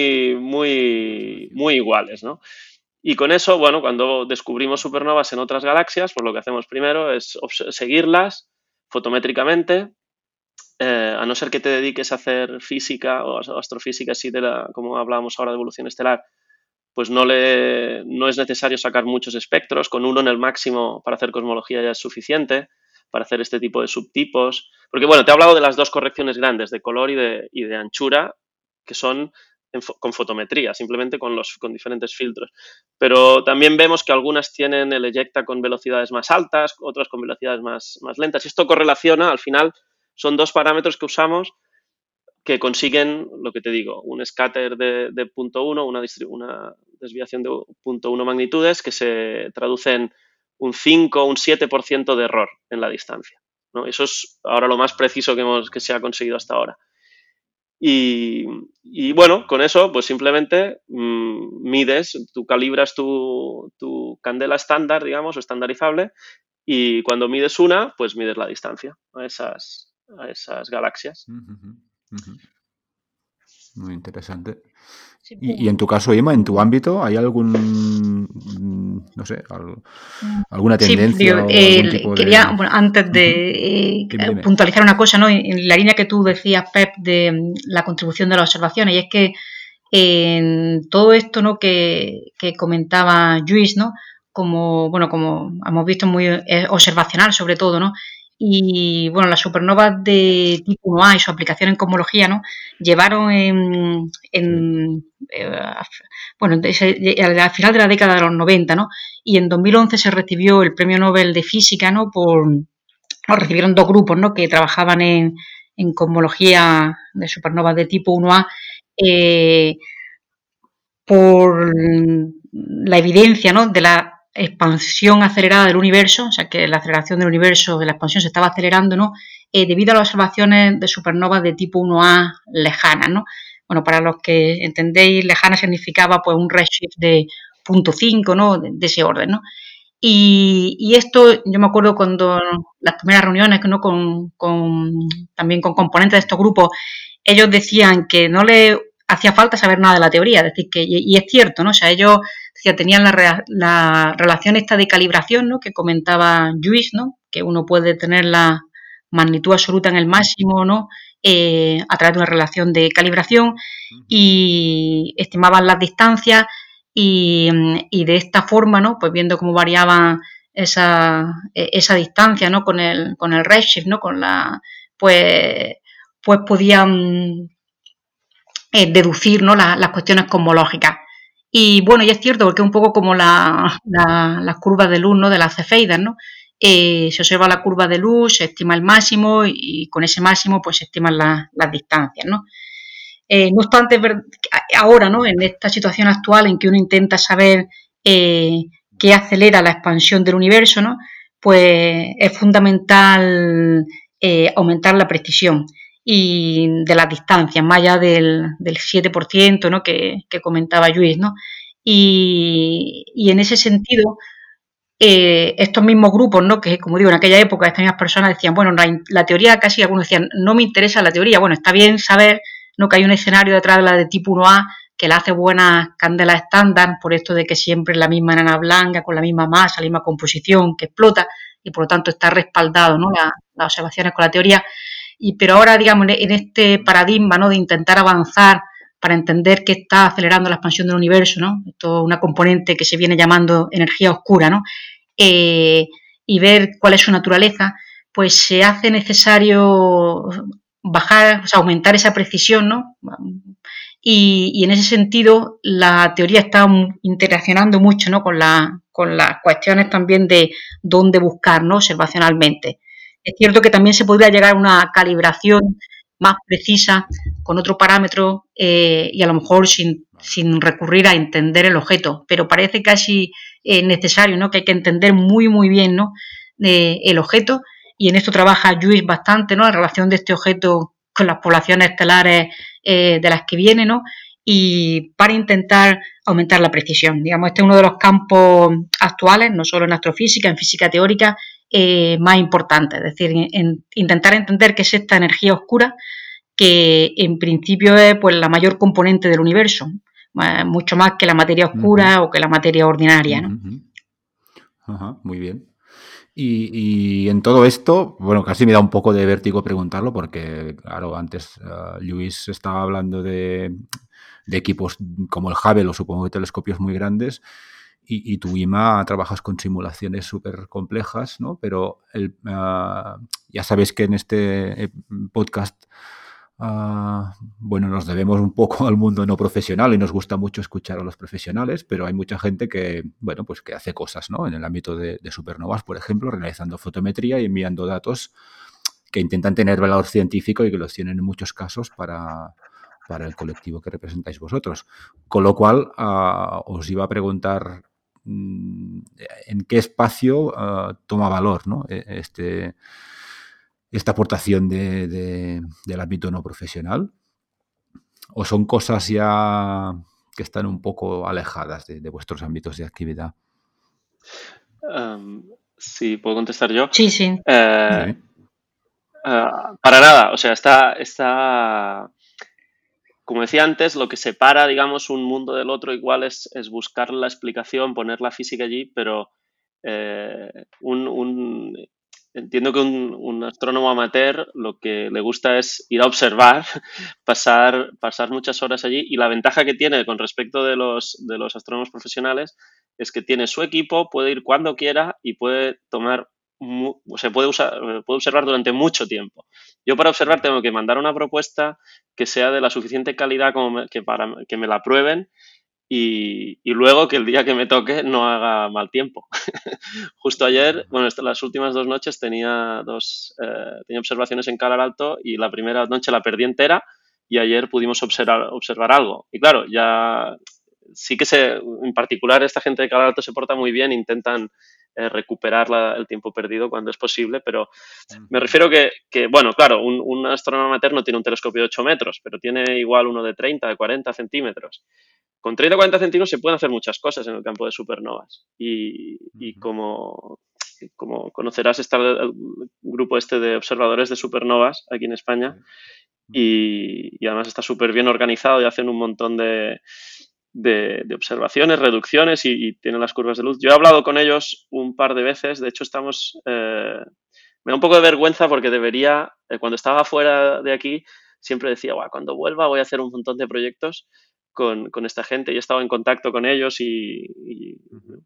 iguales, ¿no? Y con eso, bueno, cuando descubrimos supernovas en otras galaxias, pues lo que hacemos primero es seguirlas fotométricamente, a no ser que te dediques a hacer física o astrofísica, así como hablábamos ahora de evolución estelar, pues no es necesario sacar muchos espectros, con uno en el máximo para hacer cosmología ya es suficiente para hacer este tipo de subtipos. Porque, bueno, te he hablado de las dos correcciones grandes, de color y de anchura, que son con fotometría, simplemente con diferentes filtros. Pero también vemos que algunas tienen el eyecta con velocidades más altas, otras con velocidades más lentas. Y esto correlaciona, al final, son dos parámetros que usamos que consiguen, lo que te digo, un scatter de 0.1, una desviación de 0.1 magnitudes que se traduce en un 5 o un 7% de error en la distancia, ¿no? Eso es ahora lo más preciso que se ha conseguido hasta ahora. Y bueno, con eso, pues simplemente mides, tú calibras tu candela estándar, digamos, o estandarizable, y cuando mides una, pues mides la distancia a esas galaxias. Muy interesante. Y en tu caso, Emma, en tu ámbito, ¿hay algún, no sé, alguna tendencia o algún tipo quería, bueno, antes de dime. puntualizar una cosa, ¿no? En la línea que tú decías, Pep, de la contribución de las observaciones, y es que en todo esto, ¿no? que comentaba Lluís, ¿no? Como hemos visto, muy observacional sobre todo, ¿no? Y bueno, las supernovas de tipo 1A y su aplicación en cosmología, ¿no? Llevaron al final de la década de los 90, ¿no? Y en 2011 se recibió el Premio Nobel de Física, ¿no? Recibieron dos grupos, ¿no? Que trabajaban en cosmología de supernovas de tipo 1A por la evidencia, ¿no? De la expansión acelerada del universo, o sea que la aceleración del universo, de la expansión se estaba acelerando, ¿no? Debido a las observaciones de supernovas de tipo 1A lejanas, ¿no? Bueno, para los que entendéis, lejana significaba pues un redshift de 0.5, ¿no? De ese orden, ¿no? Y esto, yo me acuerdo cuando las primeras reuniones, ¿no? También con componentes de estos grupos, ellos decían que no le hacía falta saber nada de la teoría, es decir, y es cierto, ¿no? O sea, ellos tenían la relación esta de calibración, ¿no? Que comentaba Lluís, ¿no? Que uno puede tener la magnitud absoluta en el máximo, ¿no? A través de una relación de calibración, y estimaban las distancias y de esta forma, ¿no? Pues viendo cómo variaban esa distancia, ¿no? Con el redshift, ¿no? Pues podían deducir, ¿no? Las cuestiones cosmológicas. Y bueno, y es cierto, porque es un poco como las curvas de luz, ¿no? De las cefeidas, ¿no? Se observa la curva de luz, se estima el máximo y con ese máximo pues se estiman las distancias, ¿no? No obstante, ahora, ¿no? En esta situación actual en que uno intenta saber qué acelera la expansión del universo, ¿no? Pues es fundamental aumentar la precisión y de las distancias, más allá del 7%, ¿no? que comentaba Luis, ¿no? Y en ese sentido, estos mismos grupos, ¿no? Que como digo, en aquella época estas mismas personas decían, bueno, la teoría casi algunos decían, no me interesa la teoría, bueno, está bien saber, ¿no? Que hay un escenario detrás de la de tipo 1A que la hace buenas candelas estándar, por esto de que siempre es la misma enana blanca, con la misma masa, la misma composición, que explota, y por lo tanto está respaldado, ¿no? Las observaciones con la teoría. Pero ahora, digamos, en este paradigma, ¿no? De intentar avanzar para entender qué está acelerando la expansión del universo, ¿no? Esto es una componente que se viene llamando energía oscura, ¿no? Y ver cuál es su naturaleza, pues se hace necesario bajar, o sea, aumentar esa precisión, ¿no? Y en ese sentido, la teoría está interaccionando mucho, ¿no? con las cuestiones también de dónde buscar, ¿no? Observacionalmente. Es cierto que también se podría llegar a una calibración más precisa con otro parámetro y a lo mejor sin recurrir a entender el objeto, pero parece casi necesario, ¿no? Que hay que entender muy, muy bien, ¿no? El objeto, y en esto trabaja Lluís bastante, ¿no? En relación de este objeto con las poblaciones estelares de las que viene, ¿no? Y para intentar aumentar la precisión. Digamos, este es uno de los campos actuales, no solo en astrofísica, en física teórica, más importantes. Es decir, intentar entender qué es esta energía oscura, que en principio es pues la mayor componente del universo, mucho más que la materia oscura o que la materia ordinaria, ¿no? Ajá, muy bien. Y en todo esto, bueno, casi me da un poco de vértigo preguntarlo porque, claro, antes Luis estaba hablando de equipos como el Hubble o supongo que telescopios muy grandes y tú, Ima, trabajas con simulaciones súper complejas, ¿no? Pero ya sabéis que en este podcast bueno, nos debemos un poco al mundo no profesional y nos gusta mucho escuchar a los profesionales, pero hay mucha gente que, bueno, pues que hace cosas, ¿no? En el ámbito de supernovas, por ejemplo, realizando fotometría y enviando datos que intentan tener valor científico y que los tienen en muchos casos para el colectivo que representáis vosotros. Con lo cual, os iba a preguntar en qué espacio toma valor, ¿no? Esta aportación del ámbito no profesional, o son cosas ya que están un poco alejadas de vuestros ámbitos de actividad. Sí, ¿puedo contestar yo? Sí, sí. Para nada, o sea, está, como decía antes, lo que separa, digamos, un mundo del otro igual es buscar la explicación, poner la física allí, pero entiendo que un astrónomo amateur lo que le gusta es ir a observar, pasar muchas horas allí, y la ventaja que tiene con respecto de los astrónomos profesionales es que tiene su equipo, puede ir cuando quiera y puede tomar, o sea, puede observar durante mucho tiempo. Yo para observar tengo que mandar una propuesta que sea de la suficiente calidad para que me la aprueben y luego que el día que me toque no haga mal tiempo. Justo ayer, bueno, las últimas 2 noches tenía observaciones en Calar Alto y la primera noche la perdí entera y ayer pudimos observar algo. Y claro, ya sí que en particular esta gente de Calar Alto se porta muy bien, intentan recuperar el tiempo perdido cuando es posible, pero me refiero que bueno, claro, un astrónomo amateur no tiene un telescopio de 8 metros, pero tiene igual uno de 30, de 40 centímetros. Con 30 o 40 centímetros se pueden hacer muchas cosas en el campo de supernovas. Y como conocerás, está el grupo este de observadores de supernovas aquí en España y además está súper bien organizado y hacen un montón de observaciones, reducciones y tienen las curvas de luz. Yo he hablado con ellos un par de veces, de hecho me da un poco de vergüenza porque debería, cuando estaba fuera de aquí, siempre decía, cuando vuelva voy a hacer un montón de proyectos con esta gente y he estado en contacto con ellos y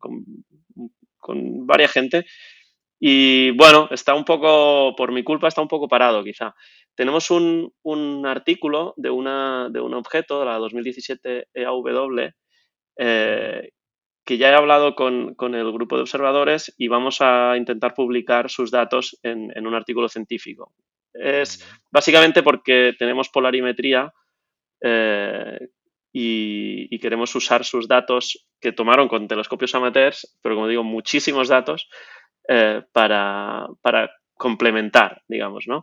con varias gente. Y bueno, está un poco, por mi culpa, está un poco parado quizá. Tenemos un artículo de un objeto, de la 2017 EAW, que ya he hablado con el grupo de observadores y vamos a intentar publicar sus datos en un artículo científico. Es básicamente porque tenemos polarimetría y queremos usar sus datos que tomaron con telescopios amateurs, pero como digo, muchísimos datos para complementar, digamos, ¿no?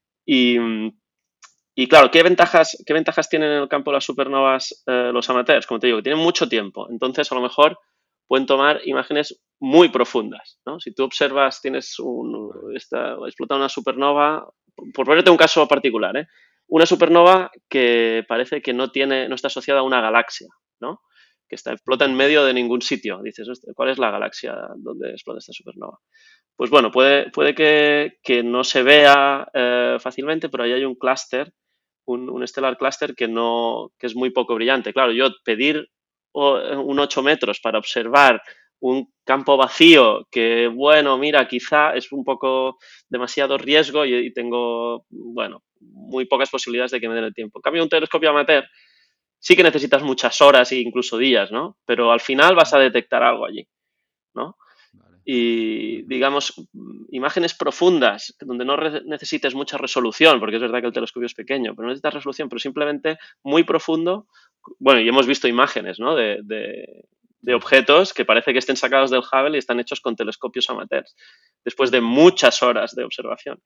Y claro, ¿qué ventajas tienen en el campo de las supernovas los amateurs? Como te digo, que tienen mucho tiempo, entonces a lo mejor pueden tomar imágenes muy profundas, ¿no? Si tú observas, explota una supernova, por ponerte un caso particular, ¿eh? Una supernova que parece que no está asociada a una galaxia, ¿no? Que explota en medio de ningún sitio. Dices, ¿cuál es la galaxia donde explota esta supernova? Pues bueno, puede que no se vea fácilmente, pero ahí hay un clúster, un stellar cluster que es muy poco brillante. Claro, yo pedir un 8 metros para observar un campo vacío que, bueno, mira, quizá es un poco demasiado riesgo y tengo, bueno, muy pocas posibilidades de que me den el tiempo. En cambio, un telescopio amateur sí que necesitas muchas horas e incluso días, ¿no? Pero al final vas a detectar algo allí, ¿no? Y, digamos, imágenes profundas, donde no necesites mucha resolución, porque es verdad que el telescopio es pequeño, pero no necesitas resolución, pero simplemente muy profundo. Bueno, y hemos visto imágenes, ¿no? de objetos que parece que estén sacados del Hubble y están hechos con telescopios amateurs, después de muchas horas de observación.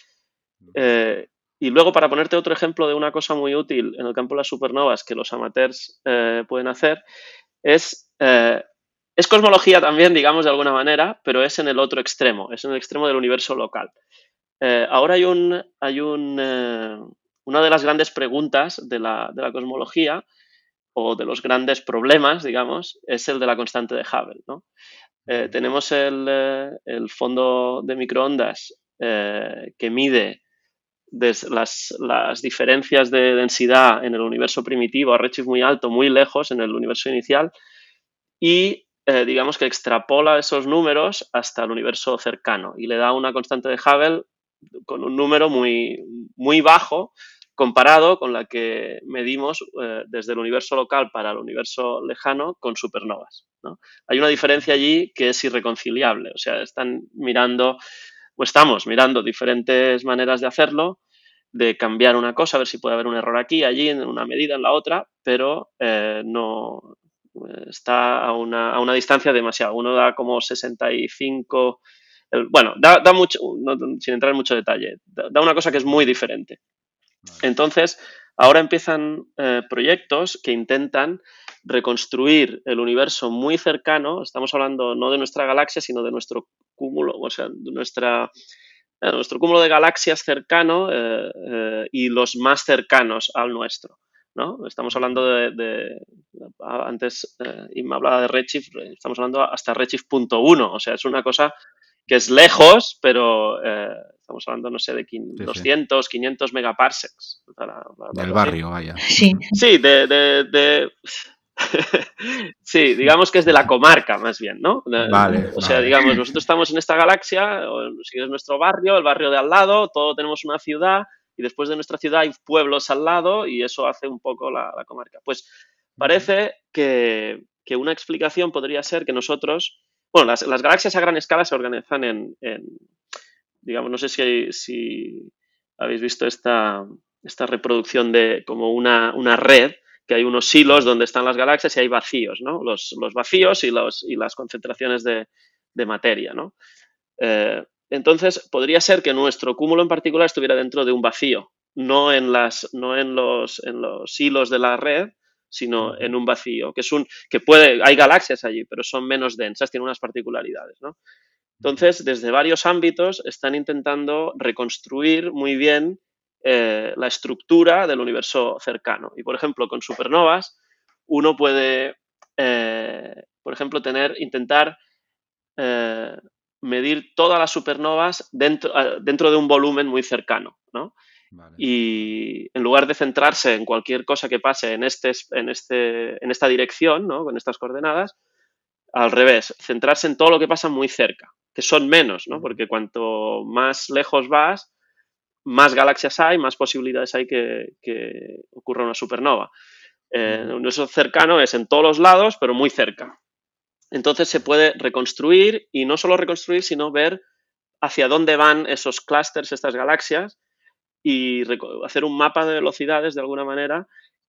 Y luego, para ponerte otro ejemplo de una cosa muy útil en el campo de las supernovas que los amateurs pueden hacer, es cosmología también, digamos, de alguna manera, pero es en el otro extremo, es en el extremo del universo local. Ahora hay una de las grandes preguntas de la cosmología, o de los grandes problemas, digamos, es el de la constante de Hubble, ¿no? Tenemos el fondo de microondas que mide las diferencias de densidad en el universo primitivo a redshift muy alto, muy lejos en el universo inicial, y digamos que extrapola esos números hasta el universo cercano y le da una constante de Hubble con un número muy, muy bajo comparado con la que medimos desde el universo local para el universo lejano con supernovas, ¿no? Hay una diferencia allí que es irreconciliable, o sea, estamos mirando diferentes maneras de hacerlo, de cambiar una cosa, a ver si puede haber un error aquí, allí, en una medida, en la otra, pero no está a una distancia demasiado. Uno da como 65, bueno, da mucho, sin entrar en mucho detalle, da una cosa que es muy diferente. Entonces, ahora empiezan proyectos que intentan reconstruir el universo muy cercano. Estamos hablando no de nuestra galaxia, sino de nuestro cúmulo, o sea, de nuestro cúmulo de galaxias cercano y los más cercanos al nuestro, ¿no? Estamos hablando antes me hablaba de Redshift, estamos hablando hasta Redshift 0.1, o sea, es una cosa que es lejos, pero estamos hablando, no sé, de 200, 500 megaparsecs. Del barrio, vaya. Sí. Sí, sí, digamos que es de la comarca, más bien, ¿no? Vale. O sea, digamos, nosotros estamos en esta galaxia, o si es nuestro barrio, el barrio de al lado, todos tenemos una ciudad, y después de nuestra ciudad hay pueblos al lado, y eso hace un poco la comarca. Pues parece que una explicación podría ser que nosotros, bueno, las galaxias a gran escala se organizan en digamos, no sé si habéis visto esta reproducción de como una red, que hay unos hilos donde están las galaxias y hay vacíos, ¿no? Los vacíos y las concentraciones de materia, ¿no? Entonces, podría ser que nuestro cúmulo en particular estuviera dentro de un vacío, no en los hilos de la red, sino en un vacío, hay galaxias allí, pero son menos densas, tienen unas particularidades, ¿no? Entonces, desde varios ámbitos están intentando reconstruir muy bien la estructura del universo cercano. Y, por ejemplo, con supernovas, uno puede, por ejemplo, intentar medir todas las supernovas dentro de un volumen muy cercano, ¿no? Vale. Y en lugar de centrarse en cualquier cosa que pase en esta dirección, ¿no? Con estas coordenadas, al revés, centrarse en todo lo que pasa muy cerca, que son menos, ¿no? Porque cuanto más lejos vas, más galaxias hay, más posibilidades hay que ocurra una supernova. El universo cercano es en todos los lados, pero muy cerca. Entonces se puede reconstruir, y no solo reconstruir, sino ver hacia dónde van esos clústeres, estas galaxias, y hacer un mapa de velocidades de alguna manera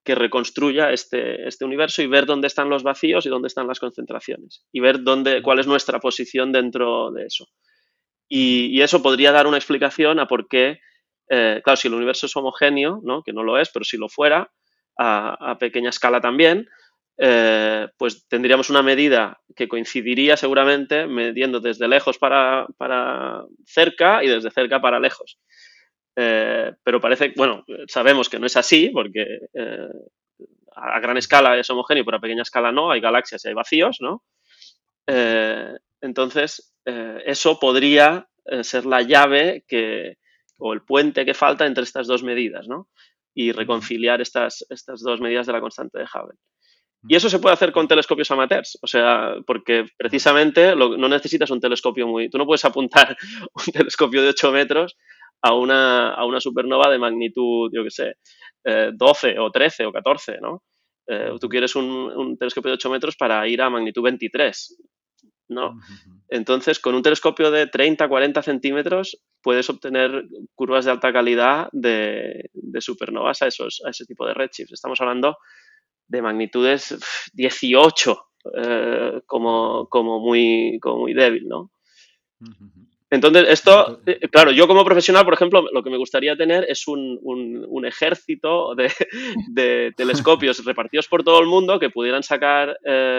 que reconstruya este universo y ver dónde están los vacíos y dónde están las concentraciones y ver cuál es nuestra posición dentro de eso. Y eso podría dar una explicación a por qué, claro, si el universo es homogéneo, ¿no? Que no lo es, pero si lo fuera, a pequeña escala también, pues tendríamos una medida que coincidiría seguramente midiendo desde lejos para cerca y desde cerca para lejos. Pero parece, bueno, sabemos que no es así porque a gran escala es homogéneo, pero a pequeña escala no, hay galaxias y hay vacíos, ¿no? Entonces, eso podría ser la llave o el puente que falta entre estas dos medidas, ¿no? Y reconciliar estas dos medidas de la constante de Hubble. Y eso se puede hacer con telescopios amateurs, o sea, porque precisamente no necesitas un telescopio tú no puedes apuntar un telescopio de 8 metros a una supernova de magnitud, yo qué sé, 12 o 13 o 14, ¿no? Tú quieres un telescopio de 8 metros para ir a magnitud 23, ¿no? Entonces, con un telescopio de 30, 40 centímetros puedes obtener curvas de alta calidad de supernovas a ese tipo de redshifts. Estamos hablando de magnitudes 18 como muy débil, ¿no? Entonces, esto, claro, yo como profesional, por ejemplo, lo que me gustaría tener es un ejército de telescopios repartidos por todo el mundo que pudieran sacar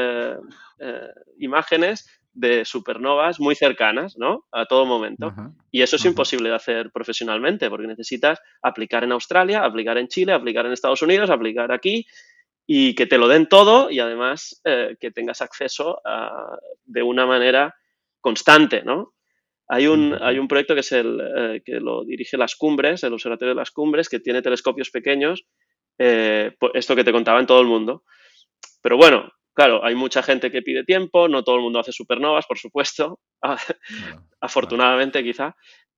imágenes de supernovas muy cercanas, ¿no? A todo momento. Y eso es imposible de hacer profesionalmente porque necesitas aplicar en Australia, aplicar en Chile, aplicar en Estados Unidos, aplicar aquí y que te lo den todo y además que tengas acceso de una manera constante, ¿no? Hay un proyecto que es que lo dirige Las Cumbres, el Observatorio de Las Cumbres, que tiene telescopios pequeños, esto que te contaba en todo el mundo. Pero bueno, claro, hay mucha gente que pide tiempo, no todo el mundo hace supernovas, por supuesto, afortunadamente quizá.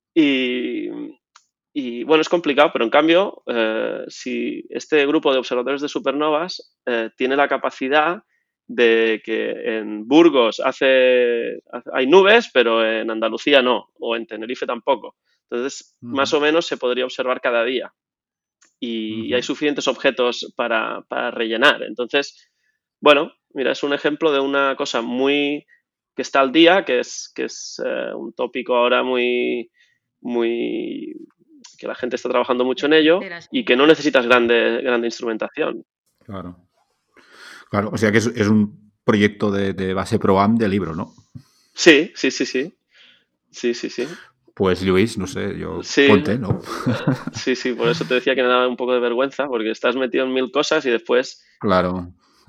Y bueno, es complicado, pero en cambio, si este grupo de observadores de supernovas tiene la capacidad de que en Burgos hay nubes, pero en Andalucía no, o en Tenerife tampoco. Entonces, más o menos se podría observar cada día. Y hay suficientes objetos para rellenar. Entonces, bueno, mira, es un ejemplo de una cosa que está al día, que es un tópico ahora muy que la gente está trabajando mucho en ello y que no necesitas grande instrumentación. Claro. Claro, o sea que es un proyecto de base PROAM de libro, ¿no? Sí. Pues Luis, no sé, yo sí, ponte, ¿no? Sí, por eso te decía que me daba un poco de vergüenza, porque estás metido en 1000 cosas y después... Claro.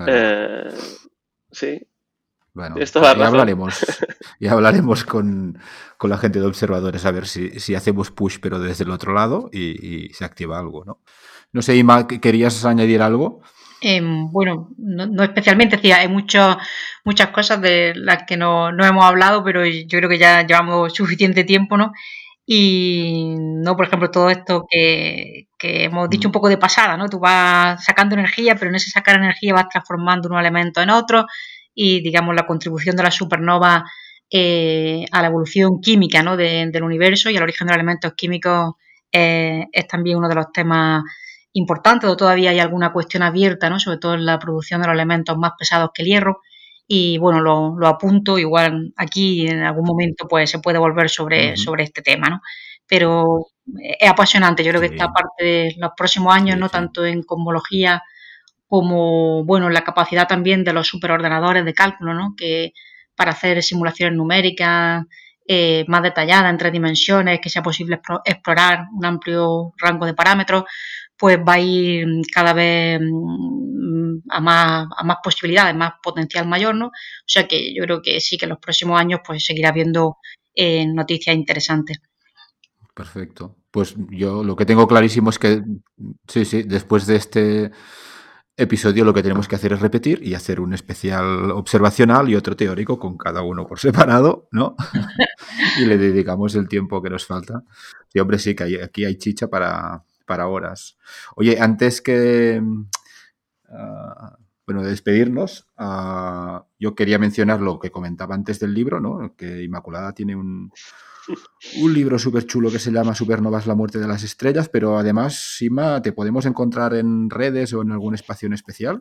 Sí. Bueno, ya hablaremos con la gente de observadores a ver si hacemos push pero desde el otro lado y se activa algo, ¿no? No sé, Ima, ¿querías añadir algo? Bueno, no especialmente, decía, hay muchas cosas de las que no hemos hablado, pero yo creo que ya llevamos suficiente tiempo, ¿no? Y no, por ejemplo, todo esto que hemos dicho un poco de pasada, ¿no? Tú vas sacando energía, pero en ese sacar energía vas transformando unos elementos en otros y, digamos, la contribución de la supernova a la evolución química, ¿no? del universo y al origen de los elementos químicos es también uno de los temas importante, o todavía hay alguna cuestión abierta, ¿no? Sobre todo en la producción de los elementos más pesados que el hierro. Y bueno, lo apunto, igual aquí en algún momento pues se puede volver sobre este tema, ¿no? Pero es apasionante, yo creo que esta parte de los próximos años, ¿no? Tanto en cosmología como, bueno, en la capacidad también de los superordenadores de cálculo, ¿no? Que para hacer simulaciones numéricas más detalladas en 3 dimensiones, que sea posible explorar un amplio rango de parámetros, pues va a ir cada vez a más posibilidades, más potencial mayor, ¿no? O sea que yo creo que sí, que en los próximos años pues seguirá habiendo noticias interesantes. Perfecto. Pues yo lo que tengo clarísimo es que sí, después de este episodio lo que tenemos que hacer es repetir y hacer un especial observacional y otro teórico con cada uno por separado, ¿no? Y le dedicamos el tiempo que nos falta. Sí, hombre, sí, que aquí hay chicha para horas. Oye, antes que bueno, de despedirnos, yo quería mencionar lo que comentaba antes del libro, ¿no? Que Inmaculada tiene un libro súper chulo que se llama Supernovas, la muerte de las estrellas, pero además, Sima, ¿te podemos encontrar en redes o en algún espacio en especial?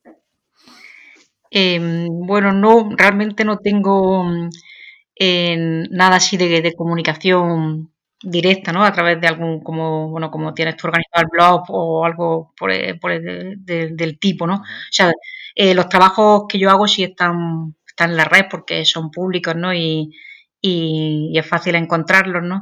Bueno, no, realmente no tengo nada así de comunicación directa, ¿no? A través de algún, como tienes tú organizado el blog o algo del tipo, ¿no? O sea, los trabajos que yo hago sí están en la red porque son públicos, ¿no? Y es fácil encontrarlos, ¿no?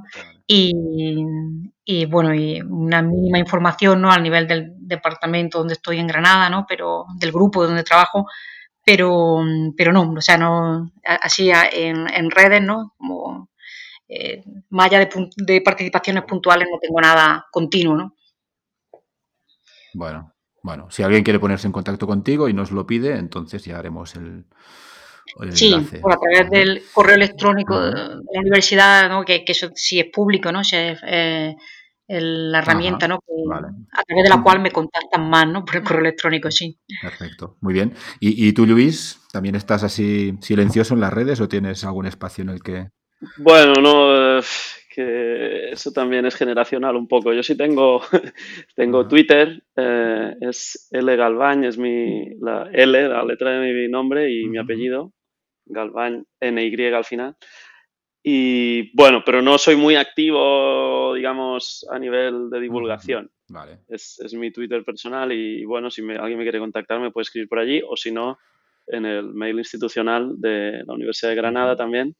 Y bueno, y una mínima información, ¿no? Al nivel del departamento donde estoy en Granada, ¿no? Pero del grupo donde trabajo, pero no, o sea, no, así en redes, ¿no? Como más allá de participaciones puntuales no tengo nada continuo, ¿no? Bueno, si alguien quiere ponerse en contacto contigo y nos lo pide, entonces ya haremos el sí, enlace. a través del correo electrónico de la universidad, ¿no? Que eso sí es público, ¿no? Si es, la herramienta, ¿no? Vale. A través de la cual me contactan más, ¿no? Por el correo electrónico, sí. Perfecto, muy bien. ¿Y tú, Luis, también estás así silencioso en las redes o tienes algún espacio en el que...? Bueno, no, que eso también es generacional un poco. Yo sí tengo Twitter, es L Galván, es la L, la letra de mi nombre y mi apellido, Galván, NY al final. Y bueno, pero no soy muy activo, digamos, a nivel de divulgación. Vale. Es mi Twitter personal y bueno, si alguien me quiere contactar me puede escribir por allí o si no, en el mail institucional de la Universidad de Granada también,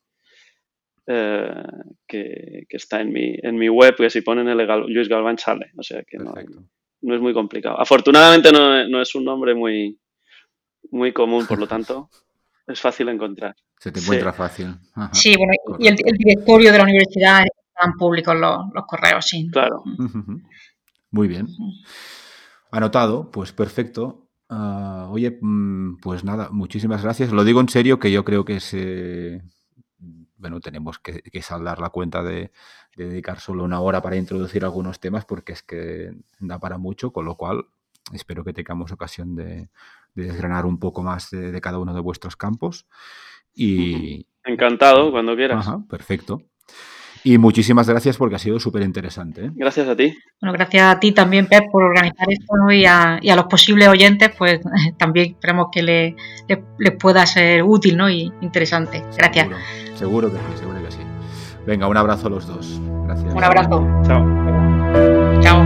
que está en mi web, que si ponen Luis Galván sale, o sea que no es muy complicado. Afortunadamente no es un nombre muy, muy común, por lo tanto es fácil encontrar. Se te encuentra fácil. Ajá. Sí, bueno, y el directorio de la universidad están públicos los correos, sí. Claro. Muy bien. Anotado, pues perfecto. Oye, pues nada, muchísimas gracias. Lo digo en serio, que yo creo que tenemos que saldar la cuenta de dedicar solo una hora para introducir algunos temas, porque es que da para mucho, con lo cual espero que tengamos ocasión de desgranar un poco más de cada uno de vuestros campos. Y encantado, cuando quieras. Ajá, perfecto. Y muchísimas gracias porque ha sido súper interesante. Gracias a ti. Bueno, gracias a ti también, Pep, por organizar esto, ¿no? Y a los posibles oyentes, pues también esperamos que les pueda ser útil, ¿no? Y interesante. Gracias. Seguro que sí. Venga, un abrazo a los dos. Gracias. Un abrazo. Chao. Chao.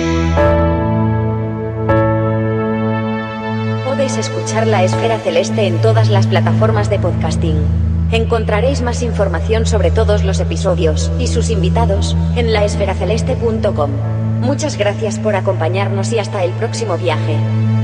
Podéis escuchar La Esfera Celeste en todas las plataformas de podcasting. Encontraréis más información sobre todos los episodios y sus invitados en laesferaceleste.com. Muchas gracias por acompañarnos y hasta el próximo viaje.